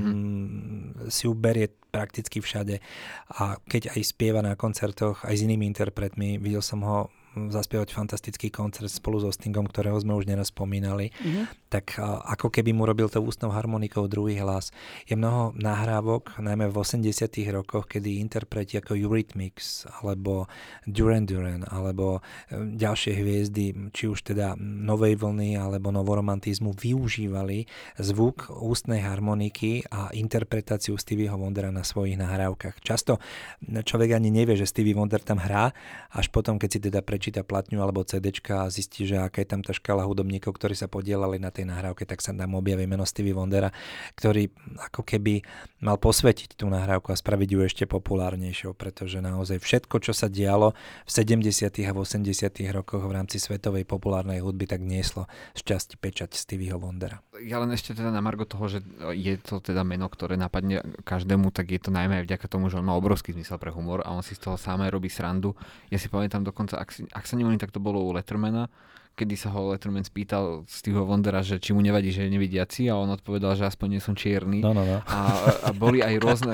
mm. si ju berie prakticky všade a keď aj spieva na koncertoch aj s inými interpretmi, videl som ho zaspievať fantastický koncert spolu so Stingom, ktorého sme už neraz spomínali, mm-hmm. tak ako keby mu robil to ústnou harmonikou druhý hlas. Je mnoho nahrávok, najmä v osemdesiatych rokoch, kedy interpreti ako Eurythmics, alebo Duran Duran, alebo ďalšie hviezdy, či už teda novej vlny, alebo novoromantizmu, využívali zvuk ústnej harmoniky a interpretáciu Stevieho Wondera na svojich nahrávkach. Často človek ani nevie, že Stevie Wonder tam hrá, až potom, keď si teda prečíta platňu alebo cédečka a zistí, že aká je tam tá škála hudobníkov, ktorí sa podielali na tej nahrávke, tak sa tam objaví meno Stevie Wondera, ktorý ako keby mal posvetiť tú nahrávku a spraviť ju ešte populárnejšou, pretože naozaj všetko, čo sa dialo v sedemdesiatych a v osemdesiatych rokoch v rámci svetovej populárnej hudby, tak nieslo šťastí pečať Stevieho Wondera. Ja len ešte teda na margo toho, že je to teda meno, ktoré napadne každému, tak je to najmä vďaka tomu, že on má obrovský zmysel pre humor a on si z toho sám aj robí srandu. Ja si pamätám dokonca, ak si Ak sa nemýlim, tak to bolo u Lettermana, kedy sa ho Letterman spýtal Stevieho Wondera, že či mu nevadí, že je nevidiaci a on odpovedal, že aspoň nie som čierny. No, no, no. A, a boli aj rôzne,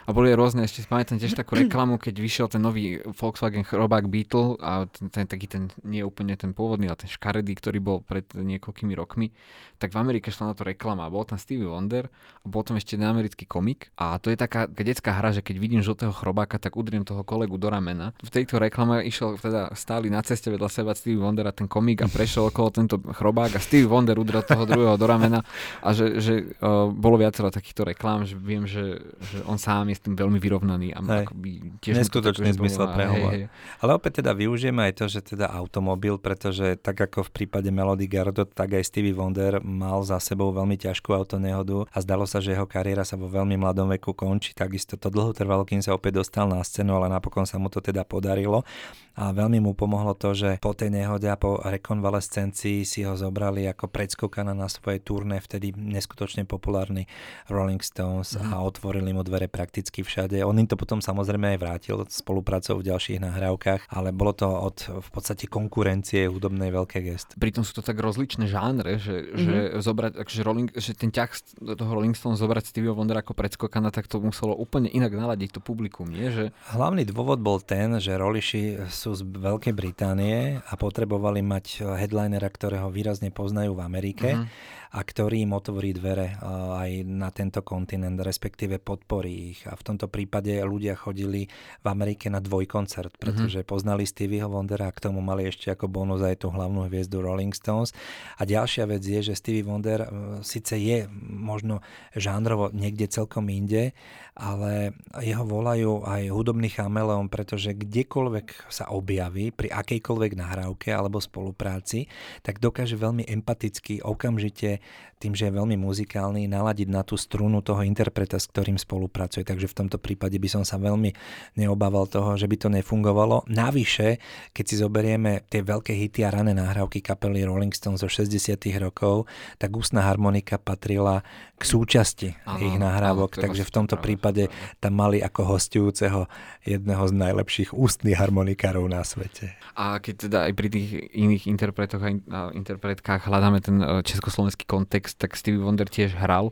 A boli rôzne, ešte si pamätám tiež takú reklamu, keď vyšiel ten nový Volkswagen chrobák Beetle a ten, ten taký ten, nie úplne ten pôvodný, ale ten škaredý, ktorý bol pred niekoľkými rokmi, tak v Amerike šla na to reklama. Bol tam Stevie Wonder a bol tam ešte jeden americký komik a to je taká detská hra, že keď vidím žltého chrobáka, tak udriem toho kolegu do ramena. V tejto reklame išiel teda stáli na ceste vedľa seba Stevie Wonder a ten komik a prešiel okolo tento chrobák a Stevie Wonder udrel toho druhého do ramena a že, že uh, bolo viacero takýchto reklám, že viem, že, že on sám je s tým veľmi vyrovnaný a akoby tiež neskutočný zmysel pre humor. Hej, hej. Ale opäť teda využijeme aj to, že teda automobil, pretože tak ako v prípade Melody Gardot, tak aj Stevie Wonder mal za sebou veľmi ťažkú autonehodu a zdalo sa, že jeho kariéra sa vo veľmi mladom veku končí. Takisto to dlho trvalo, kým sa opäť dostal na scénu, ale napokon sa mu to teda podarilo. A veľmi mu pomohlo to, že po tej nehode a po rekonvalescencii si ho zobrali ako predskokana na svoje turné, vtedy neskutočne populárny Rolling Stones mm. a otvorili mu dvere prakticky všade. On im to potom samozrejme aj vrátil spolupracou v ďalších nahrávkach, ale bolo to od v podstate konkurencie hudobnej veľké gest. Pritom sú to tak rozličné žánre, že, mm-hmm. že zobrať, akože Rolling, že ten ťah do toho Rolling Stones zobrať Stevie Wonder ako predskokana, tak to muselo úplne inak naladiť to publikum, nie? Že... Hlavný dôvod bol ten, že roliši sú z Veľkej Británie a potrebovali mať headlinera, ktorého výrazne poznajú v Amerike mm-hmm. a ktorý im otvorí dvere aj na tento kontinent, respektíve podporí ich. A v tomto prípade ľudia chodili v Amerike na dvojkoncert, pretože mm-hmm. poznali Stevieho Wondera a k tomu mali ešte ako bonus aj tú hlavnú hviezdu Rolling Stones. A ďalšia vec je, že Stevie Wonder síce je možno žánrovo niekde celkom inde, ale jeho volajú aj hudobný chameleón, pretože kdekoľvek sa objaví, pri akejkoľvek nahrávke alebo spolupráci, tak dokáže veľmi empaticky, okamžite, tým, že je veľmi muzikálny, naladiť na tú strunu toho interpreta, s ktorým spolupracuje. Takže v tomto prípade by som sa veľmi neobával toho, že by to nefungovalo. Navyše, keď si zoberieme tie veľké hity a rané nahrávky kapely Rolling Stones zo šesťdesiatych rokov, tak ústna harmonika patrila k súčasti aha, ich nahrávok, takže v tomto prípade tam mali ako hostujúceho jedného z najlepších ústnych harmonikárov na svete. A keď teda aj pri tých iných interpretoch a interpretkách hľadáme ten československý kontext, tak Stevie Wonder tiež hral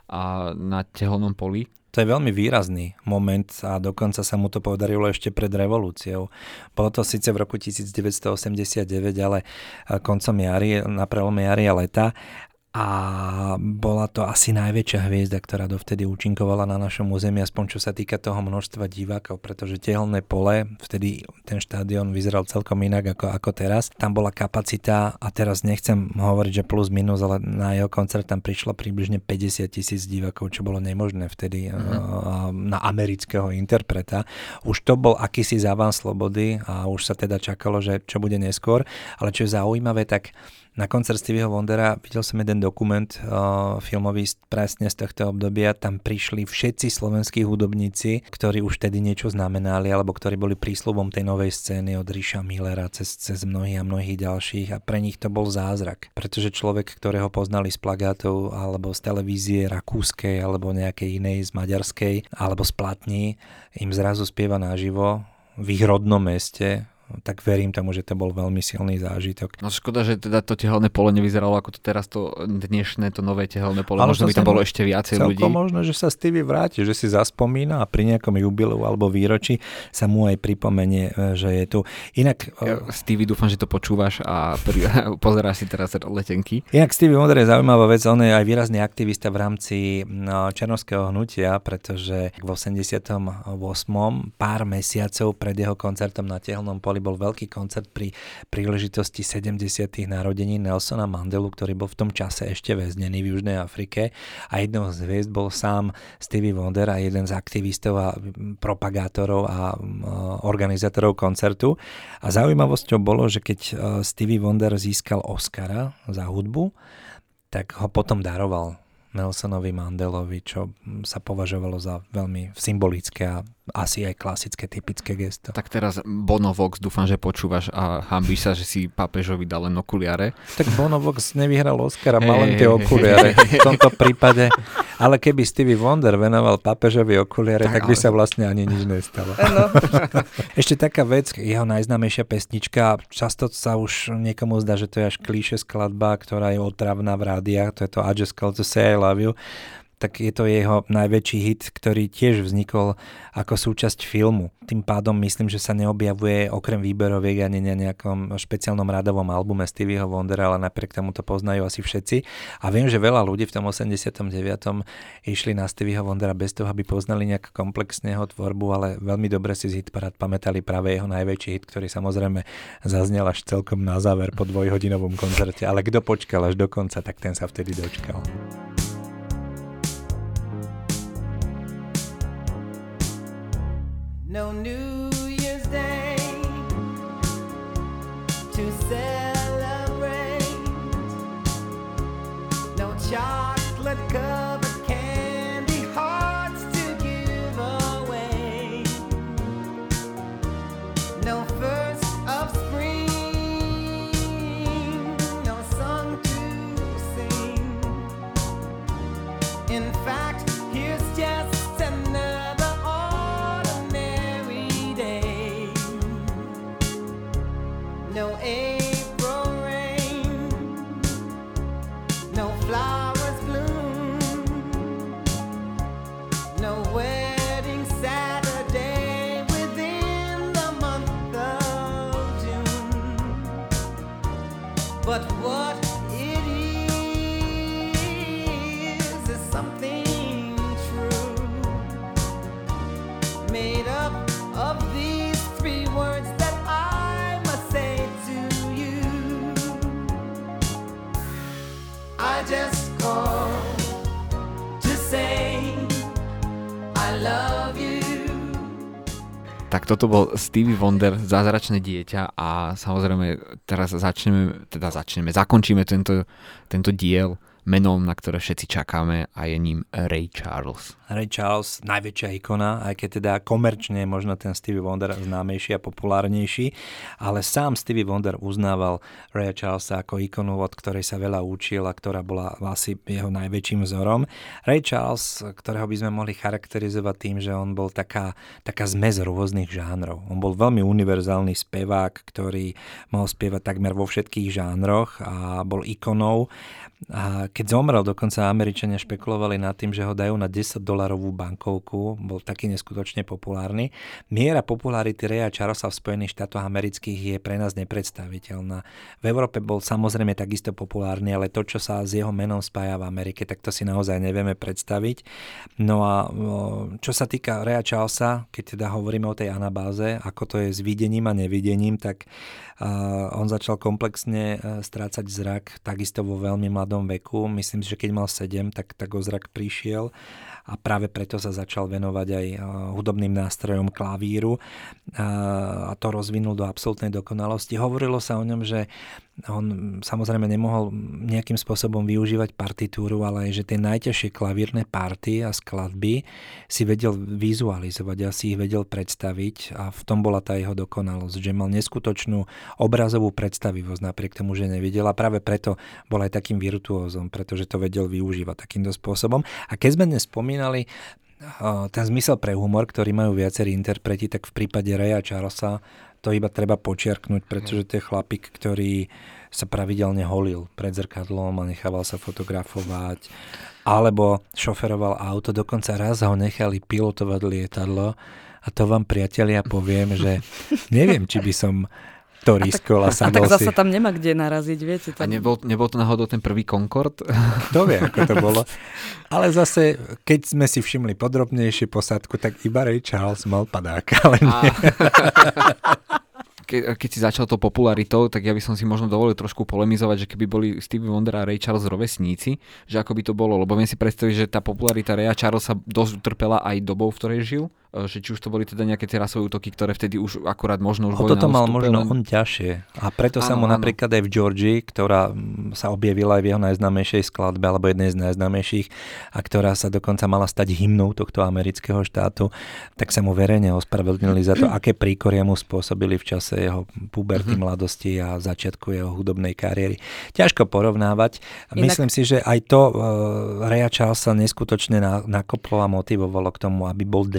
a na tehelnom poli. To je veľmi výrazný moment a dokonca sa mu to podarilo ešte pred revolúciou. Bolo to síce v roku devätnásťstoosemdesiatdeväť, ale koncom jary, na prelome jary a leta. A bola to asi najväčšia hviezda, ktorá dovtedy účinkovala na našom území, aspoň čo sa týka toho množstva divákov, pretože tehelné pole, vtedy ten štádion vyzeral celkom inak ako, ako teraz. Tam bola kapacita a teraz nechcem hovoriť, že plus minus, ale na jeho koncert tam prišlo približne päťdesiat tisíc divákov, čo bolo nemožné vtedy mm-hmm. na amerického interpreta. Už to bol akýsi závan slobody a už sa teda čakalo, že čo bude neskôr, ale čo je zaujímavé, tak na koncert Stevieho Wondera videl som jeden dokument uh, filmový presne z tohto obdobia. Tam prišli všetci slovenskí hudobníci, ktorí už tedy niečo znamenali alebo ktorí boli prísľubom tej novej scény od Ríša Millera cez, cez mnohých a mnohých ďalších a pre nich to bol zázrak. Pretože človek, ktorého poznali z plagátov alebo z televízie rakúskej alebo nejakej inej z maďarskej alebo z platní, im zrazu spieva naživo v ich rodnom meste, tak verím tomu, že to bol veľmi silný zážitok. No škoda, že teda to tehelné pole nevyzeralo ako to teraz to dnešné, to nové tehelné pole. Ale možno by tam bolo ešte viacej celkom ľudí. Celkom možno, že sa Stevie vráti, že si zaspomína a pri nejakom jubileu alebo výročí sa mu aj pripomenie, že je tu. Inak... Ja, Stevie, dúfam, že to počúvaš a pri, pozeráš si teraz letenky. Inak Stevie Wonder je zaujímavá vec, on je aj výrazný aktivista v rámci no, černovského hnutia, pretože v osemdesiatom ôsmom pár mesiacov pred jeho koncertom na tehelnom poli bol veľký koncert pri príležitosti sedemdesiatych narodení Nelsona Mandelu, ktorý bol v tom čase ešte väznený v Južnej Afrike a jednou z hviezd bol sám Stevie Wonder a jeden z aktivistov a propagátorov a organizátorov koncertu. A zaujímavosťou bolo, že keď Stevie Wonder získal Oscara za hudbu, tak ho potom daroval Nelsonovi Mandelovi, čo sa považovalo za veľmi symbolické a asi aj klasické, typické gesto. Tak teraz Bono Vox, dúfam, že počúvaš a hambíš sa, že si pápežovi dal len okuliare. Tak Bono Vox nevyhral Oscara, mal len tie okuliare v tomto prípade. Ale keby Stevie Wonder venoval pápežovi okuliare, tak, tak by ale... sa vlastne ani nič nestalo. Ešte taká vec, jeho najznámejšia pesnička, často sa už niekomu zdá, že to je až klíše skladba, ktorá je otravná v rádiách, to je to I Just Called to Say I Love You. tak je to jeho najväčší hit, ktorý tiež vznikol ako súčasť filmu. Tým pádom myslím, že sa neobjavuje okrem výberoviek ani na nejakom špeciálnom radovom albume Stevieho Wondera, ale napriek tomu to poznajú asi všetci. A viem, že veľa ľudí v tom osemdesiatom deviatom išli na Stevieho Wondera bez toho, aby poznali nejak komplexne jeho tvorbu, ale veľmi dobre si z hitparád pamätali práve jeho najväčší hit, ktorý samozrejme zaznel až celkom na záver po dvojhodinovom koncerte. Ale kto počkal až do konca, tak ten sa vtedy dočkal. No New Year's Day to celebrate. No chocolate covered candy hearts to give away. No first of spring, no song to sing. In fact, here's just another ordinary day. No April rain, no flowers bloom, no wedding Saturday within the month of June. But what it is is something true, made up of these three words that I must say to you. I just called to say I love you. Tak toto bol Stevie Wonder, Zázračné dieťa a samozrejme teraz začneme, teda začneme, zakončíme tento, tento diel menom, na ktoré všetci čakáme a je ním Ray Charles. Ray Charles, najväčšia ikona, aj keď teda komerčne je možno ten Stevie Wonder známejší a populárnejší, ale sám Stevie Wonder uznával Raya Charlesa ako ikonu, od ktorej sa veľa učil a ktorá bola asi jeho najväčším vzorom. Ray Charles, ktorého by sme mohli charakterizovať tým, že on bol taká, taká zmes rôznych žánrov. On bol veľmi univerzálny spevák, ktorý mohol spievať takmer vo všetkých žánroch a bol ikonou. A keď zomrel, dokonca Američania špekulovali nad tým, že ho dajú na desaťdolarovú bankovku, bol taký neskutočne populárny. Miera popularity Raya Charlesa v Spojených štátoch amerických je pre nás nepredstaviteľná. V Európe bol samozrejme takisto populárny, ale to, čo sa s jeho menom spája v Amerike, tak to si naozaj nevieme predstaviť. No a čo sa týka Raya Charlesa, keď teda hovoríme o tej anabáze, ako to je s videním a nevidením, tak uh, on začal komplexne uh, strácať zrak, takisto vo veľmi mladom veku. Myslím si, že keď mal sedem, tak, tak o zrak prišiel a práve preto sa začal venovať aj hudobným nástrojom klavíru a to rozvinul do absolútnej dokonalosti. Hovorilo sa o ňom, že on samozrejme nemohol nejakým spôsobom využívať partitúru, ale aj, že tie najťažšie klavírne party a skladby si vedel vizualizovať a si ich vedel predstaviť a v tom bola tá jeho dokonalosť, že mal neskutočnú obrazovú predstavivosť napriek tomu, že nevidel a práve preto bol aj takým virtuózom, pretože to vedel využívať takýmto spôsobom. A keď sme dnes spomínali ten zmysel pre humor, ktorý majú viacerí interpreti, tak v prípade Raya Charlesa to iba treba počiarknúť, pretože to je chlapík, ktorý sa pravidelne holil pred zrkadlom a nechával sa fotografovať, alebo šoferoval auto, dokonca raz ho nechali pilotovať lietadlo a to vám, priatelia, poviem, že neviem, či by som to riskol a, a tak zase si... tam nemá kde naraziť, viete. Tam... A nebol, nebol to náhodou ten prvý Concorde? Kto vie, ako to bolo. Ale zase, keď sme si všimli podrobnejšie posádku, tak iba Ray Charles mal padáka, ale nie. Ke, keď si začal to popularitou, tak ja by som si možno dovolil trošku polemizovať, že keby boli Stevie Wonder a Ray Charles rovesníci, že ako by to bolo, lebo viem si predstaviť, že tá popularita Raya Charlesa dosť utrpela aj dobou, v ktorej žil, že či už to boli teda nejaké tie rasové útoky, ktoré vtedy už akurát možno už boli na ústupe. O toto mal možno on ťažšie a preto sa mu napríklad aj v Georgii, ktorá sa objavila aj v jeho najznámejšej skladbe, alebo jednej z najznámejších a ktorá sa dokonca mala stať hymnou tohto amerického štátu, tak sa mu verejne ospravedlnili za to, aké príkoria mu spôsobili v čase jeho puberty, mm-hmm. mladosti a začiatku jeho hudobnej kariéry. Ťažko porovnávať. Inak... Myslím si, že aj to uh, Raya Charlesa neskutočne nakoplo a motivovalo k tomu, aby bol dríč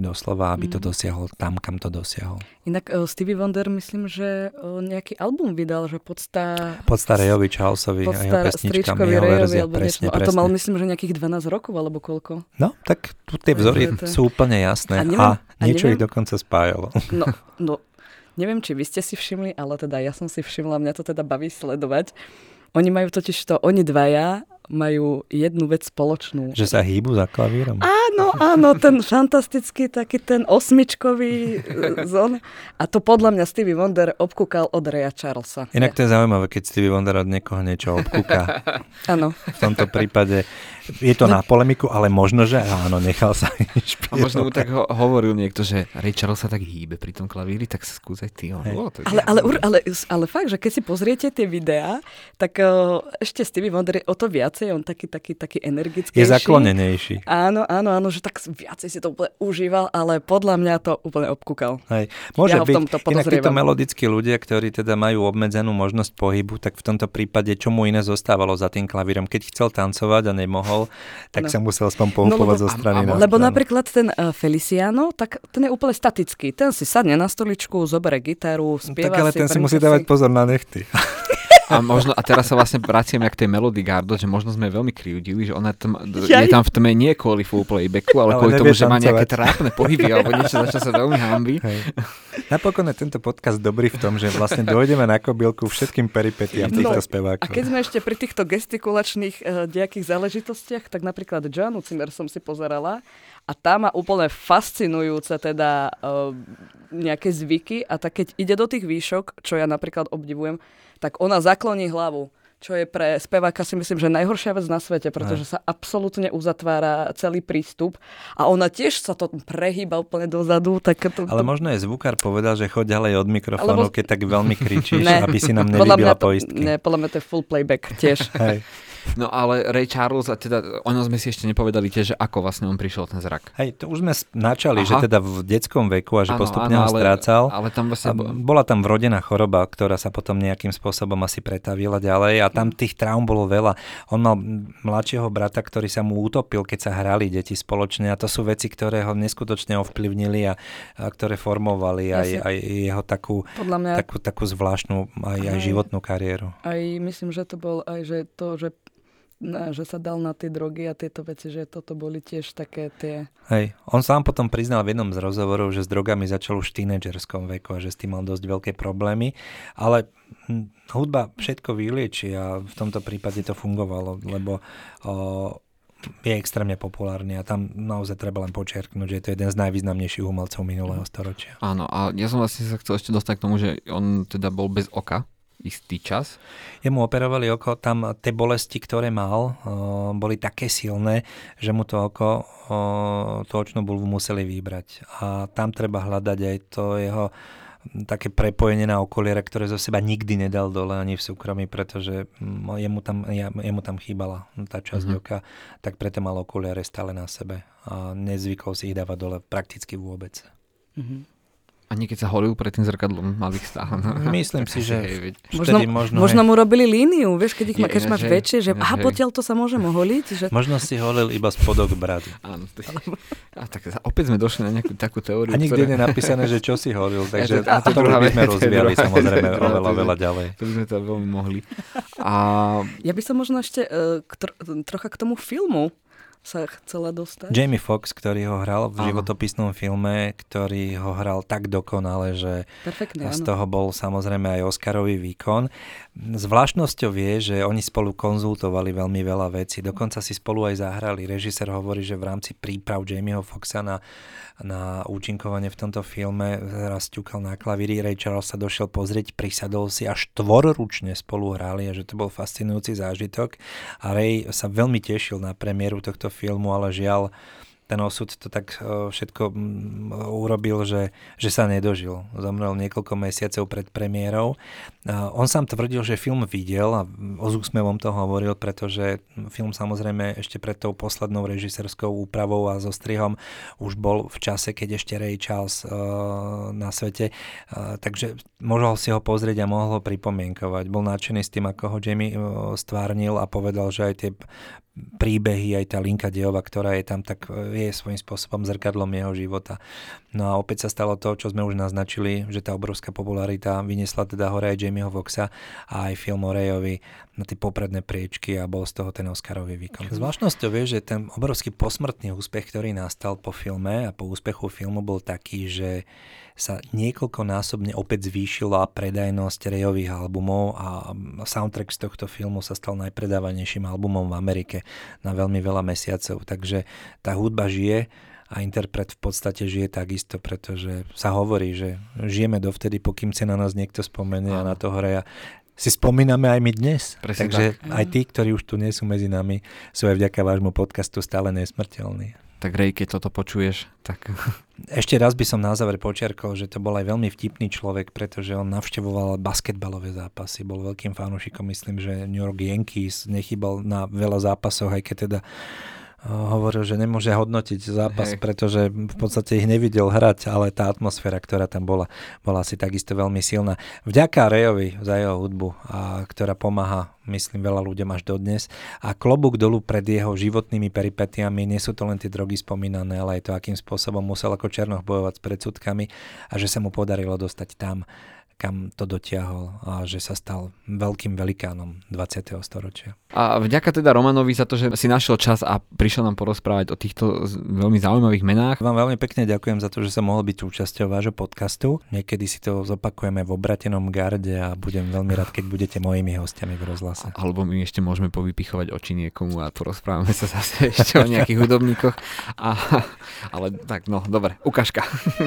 doslova, aby to Mhm. dosiahol tam, kam to dosiahol. Inak uh, Stevie Wonder, myslím, že uh, nejaký album vydal, že podstá... Podsta Rayovi Charlesovi a jeho Podstá pesničkám, stričkovi jeho Rayovi, verzia, alebo presne, niečo. A to presne. mal, myslím, že nejakých dvanásť rokov, alebo koľko. No, tak tu tie vzory Takže to je- sú úplne jasné A a, neviem- a niečo neviem- ich dokonca spájalo. No, no, neviem, či vy ste si všimli, ale teda ja som si všimla, mňa to teda baví sledovať. Oni majú totiž to, oni dvaja majú jednu vec spoločnú. Že sa hýbu za klavírom. Áno, áno, ten fantastický taký ten osmičkový e, zón. A to podľa mňa Stevie Wonder obkúkal od Raya Charlesa. Inak to je zaujímavé, keď Stevie Wonder od niekoho niečo obkúka. Áno. V tomto prípade je to na polemiku, ale možno, že áno, nechal sa A inšpirovať. možno mu tak ho- hovoril niekto, že Ray Charles sa tak hýbe pri tom klavíri, tak sa skúsaj ty. On, Hej. "Ó, to je Ale, ale, zaujímavé." ale, ale fakt, že keď si pozriete tie videá, tak uh, ešte Stevie Wonder je o to viacej, on taký, taký, taký energickejší. Je zaklonenejší. Áno, áno, áno, že tak viacej si to úplne užíval, ale podľa mňa to úplne obkúkal. Hej. Môže Ja ho v byť. tomto Inak títo podozrievam. melodickí ľudia, ktorí teda majú obmedzenú možnosť pohybu, tak v tomto prípade čo mu iné zostávalo za tým klavírom? Keď chcel tancovať a nemohol, tak No. sa musel aspoň pohupovať lebo- zo strany a- na a- Lebo stranu. napríklad ten uh, Feliciano, tak ten je úplne statický. Ten si sadne na stoličku, zobere gitaru, spieva Tak ale si, ten si prnka musí dávať pozor na nechty. A, možno, a teraz sa vlastne vraciame k tej Melody Gardot, že možno sme veľmi krivdili, že ona tam, Jaj. je tam v tme nie kvôli full playbacku, ale, Ale kvôli nevie tomu, že má nejaké tancovať. trápne pohyby alebo niečo, za čo sa veľmi hanbí. Hej. Napokon je tento podcast dobrý v tom, že vlastne dojdeme na kobylku všetkým peripetiám No, týchto A spevákov. keď sme ešte pri týchto gestikulačných uh, nejakých záležitostiach, tak napríklad Joannu Zimmer som si pozerala a tá má úplne fascinujúce teda uh, nejaké zvyky a tak keď ide do tých výšok, čo ja napríklad obdivujem, tak ona zakloní hlavu. Čo je pre speváka si myslím, že najhoršia vec na svete, pretože sa absolútne uzatvára celý prístup a ona tiež sa to prehýba úplne dozadu. Tak to, Ale to, možno aj zvukár povedal, že choď ďalej od Alebo- mikrofónu, keď tak veľmi kričíš, Ne. aby si nám podľa mňa nelíbila to, poistky. ne, podľa mňa to je full playback tiež. Hej. No ale Ray Charles, a teda ono sme si ešte nepovedali tiež, že ako vlastne on prišiel ten zrak. Hej, to už sme s- načali, Aha. že teda v detskom veku a že Áno, postupne áno, ho ale- strácal. Ale tam A vlastne... bo- bola tam vrodená choroba, ktorá sa potom nejakým spôsobom asi pretavila ďalej a tam tých traum bolo veľa. On mal m- mladšieho brata, ktorý sa mu utopil, keď sa hrali deti spoločne a to sú veci, ktoré ho neskutočne ovplyvnili a, a ktoré formovali aj, Jasne. aj jeho takú, Podľa mňa takú, takú zvláštnu aj, aj Hej. životnú kariéru. aj myslím, že to bol aj že to, že, na, že sa dal na tie drogy a tieto veci, že toto boli tiež také tie... Hej, on sám potom priznal v jednom z rozhovorov, že s drogami začal už v tínedžerskom veku a že s tým mal dosť veľké problémy, ale hm, hudba všetko vylieči a v tomto prípade to fungovalo, lebo o, je extrémne populárny a tam naozaj treba len počiarknúť, že je to jeden z najvýznamnejších umelcov minulého storočia. Áno, a ja som vlastne sa chcel ešte dostať k tomu, že on teda bol bez oka istý čas. Jemu operovali oko, tam tie bolesti, ktoré mal, o, boli také silné, že mu to oko, o, tú očnú bulvu museli vybrať. A tam treba hľadať aj to jeho také prepojenie na okuliare, ktoré zo seba nikdy nedal dole ani v súkromí, pretože mm, jemu tam, jemu tam chýbala tá časť Mhm. oka, tak preto mal okuliare stále na sebe a nezvykol si ich dávať dole prakticky vôbec. Mhm. A niekedy sa holil pred tým zrkadlom, mal ich stále. Myslím si, že Hej, veď. Možno, vtedy možno, možno aj- mu robili líniu, vieš, keď, ich má, Je, keď máš že- väčšie, že je, aha, hej. potiaľ to sa môže oholiť. Že... možno si holil iba spodok brady. Áno, to je... A tak opäť sme došli na nejakú takú teóriu, A nikde ktorá- nie je napísané, že čo si holil, takže A to- a to to druhá by vec, sme to je rozvíjali druhá- samozrejme to je druhá oveľa, vec. veľa ďalej. To by sme to veľmi mohli. A Ja by som možno ešte uh, k tro, trocha k tomu filmu sa chcela dostať. Jamie Foxx, ktorý ho hral v Áno. životopisnom filme, ktorý ho hral tak dokonale, že Perfektne, z áno. toho bol samozrejme aj Oscarový výkon. Zvláštnosťou je, že oni spolu konzultovali veľmi veľa vecí. Dokonca si spolu aj zahrali. Režisér hovorí, že v rámci príprav Jamieho Foxa na, na účinkovanie v tomto filme raz ťukal na klavíri. Ray Charles sa došiel pozrieť, prisadol si a štvorručne spolu hrali a že to bol fascinujúci zážitok. A Ray sa veľmi tešil na premiéru tohto filmu, ale žiaľ, ten osud to tak uh, všetko um, urobil, že, že sa nedožil. Zomrel niekoľko mesiacov pred premiérou. Uh, on sám tvrdil, že film videl a o úsmevom to hovoril, pretože film samozrejme ešte pred tou poslednou režisérskou úpravou a so strihom už bol v čase, keď ešte Ray Charles uh, na svete. Uh, takže mohol si ho pozrieť a mohol ho pripomienkovať. Bol nadšený s tým, ako ho Jamie uh, stvárnil a povedal, že aj tie príbehy, aj tá linka dejova, ktorá je tam, tak je svojím spôsobom zrkadlom jeho života. No a opäť sa stalo to, čo sme už naznačili, že tá obrovská popularita vyniesla teda hore aj Jamieho Foxa a aj film o Rayovi na tie popredné priečky a bol z toho ten Oscarový výkon. Zvláštnosťou je, že ten obrovský posmrtný úspech, ktorý nastal po filme a po úspechu filmu bol taký, že sa niekoľkonásobne opäť zvýšila predajnosť Rayových albumov a soundtrack z tohto filmu sa stal najpredávanejším albumom v Amerike na veľmi veľa mesiacov. Takže tá hudba žije a interpret v podstate žije takisto, pretože sa hovorí, že žijeme dovtedy, pokým sa na nás niekto spomenie a na toho Raya si spomíname aj my dnes. Presne Takže tak. aj tí, ktorí už tu nie sú medzi nami, sú aj vďaka vášmu podcastu stále nesmrteľní. Tak Ray, keď toto počuješ, tak... Ešte raz by som na záver počiarkol, že to bol aj veľmi vtipný človek, pretože on navštevoval basketbalové zápasy, bol veľkým fanúšikom, myslím, že New York Yankees, nechýbal na veľa zápasoch, aj keď teda hovoril, že nemôže hodnotiť zápas, Hej. pretože v podstate ich nevidel hrať, ale tá atmosféra, ktorá tam bola, bola asi takisto veľmi silná. Vďaka Rayovi za jeho hudbu, a ktorá pomáha, myslím, veľa ľuďom až dodnes. A klobúk dolu pred jeho životnými peripetiami, nie sú to len tie drogy spomínané, ale aj to, akým spôsobom musel ako Černoch bojovať s predsudkami a že sa mu podarilo dostať tam, kam to dotiahol a že sa stal veľkým velikánom dvadsiateho storočia. A vďaka teda Romanovi za to, že si našiel čas a prišiel nám porozprávať o týchto veľmi zaujímavých menách. Vám veľmi pekne ďakujem za to, že som mohol byť súčasťou vášho podcastu. Niekedy si to zopakujeme v obratenom garde a budem veľmi rád, keď budete mojimi hostiami v rozhlase. Alebo my ešte môžeme povypichovať oči niekomu a porozprávame sa zase ešte o nejakých hudobníkoch. A, ale tak, no, dobre, ukážka.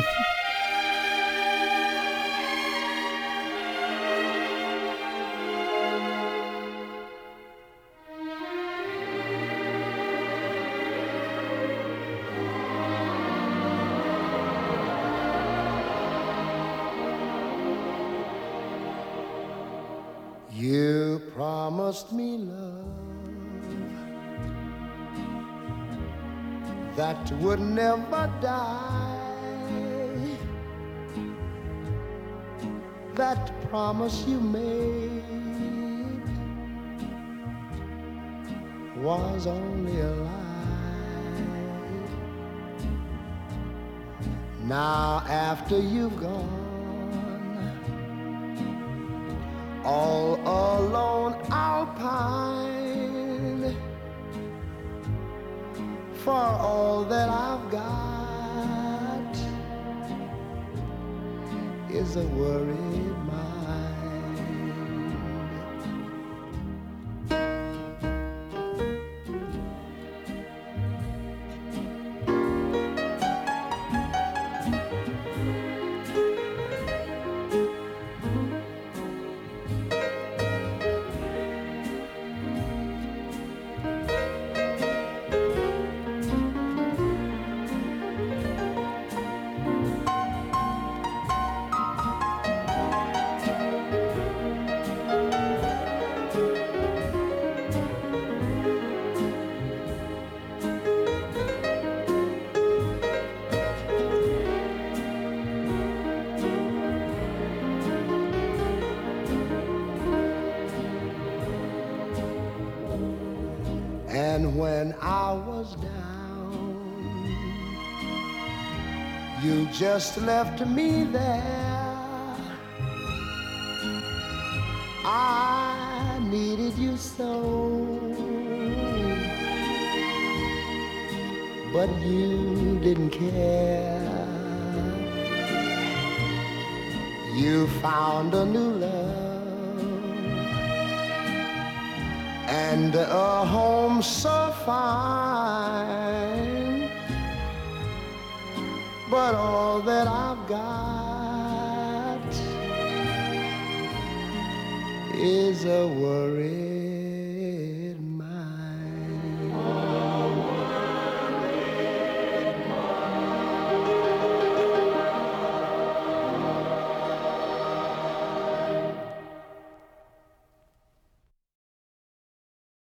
You promised me love that would never die. That promise you made was only a lie. Now after you've gone, all alone I'll pine for all that I've got is a worried mind. And when I was down, you just left me there. I needed you so, but you didn't care. You found a new love and a home so fine, but all that I've got is a worried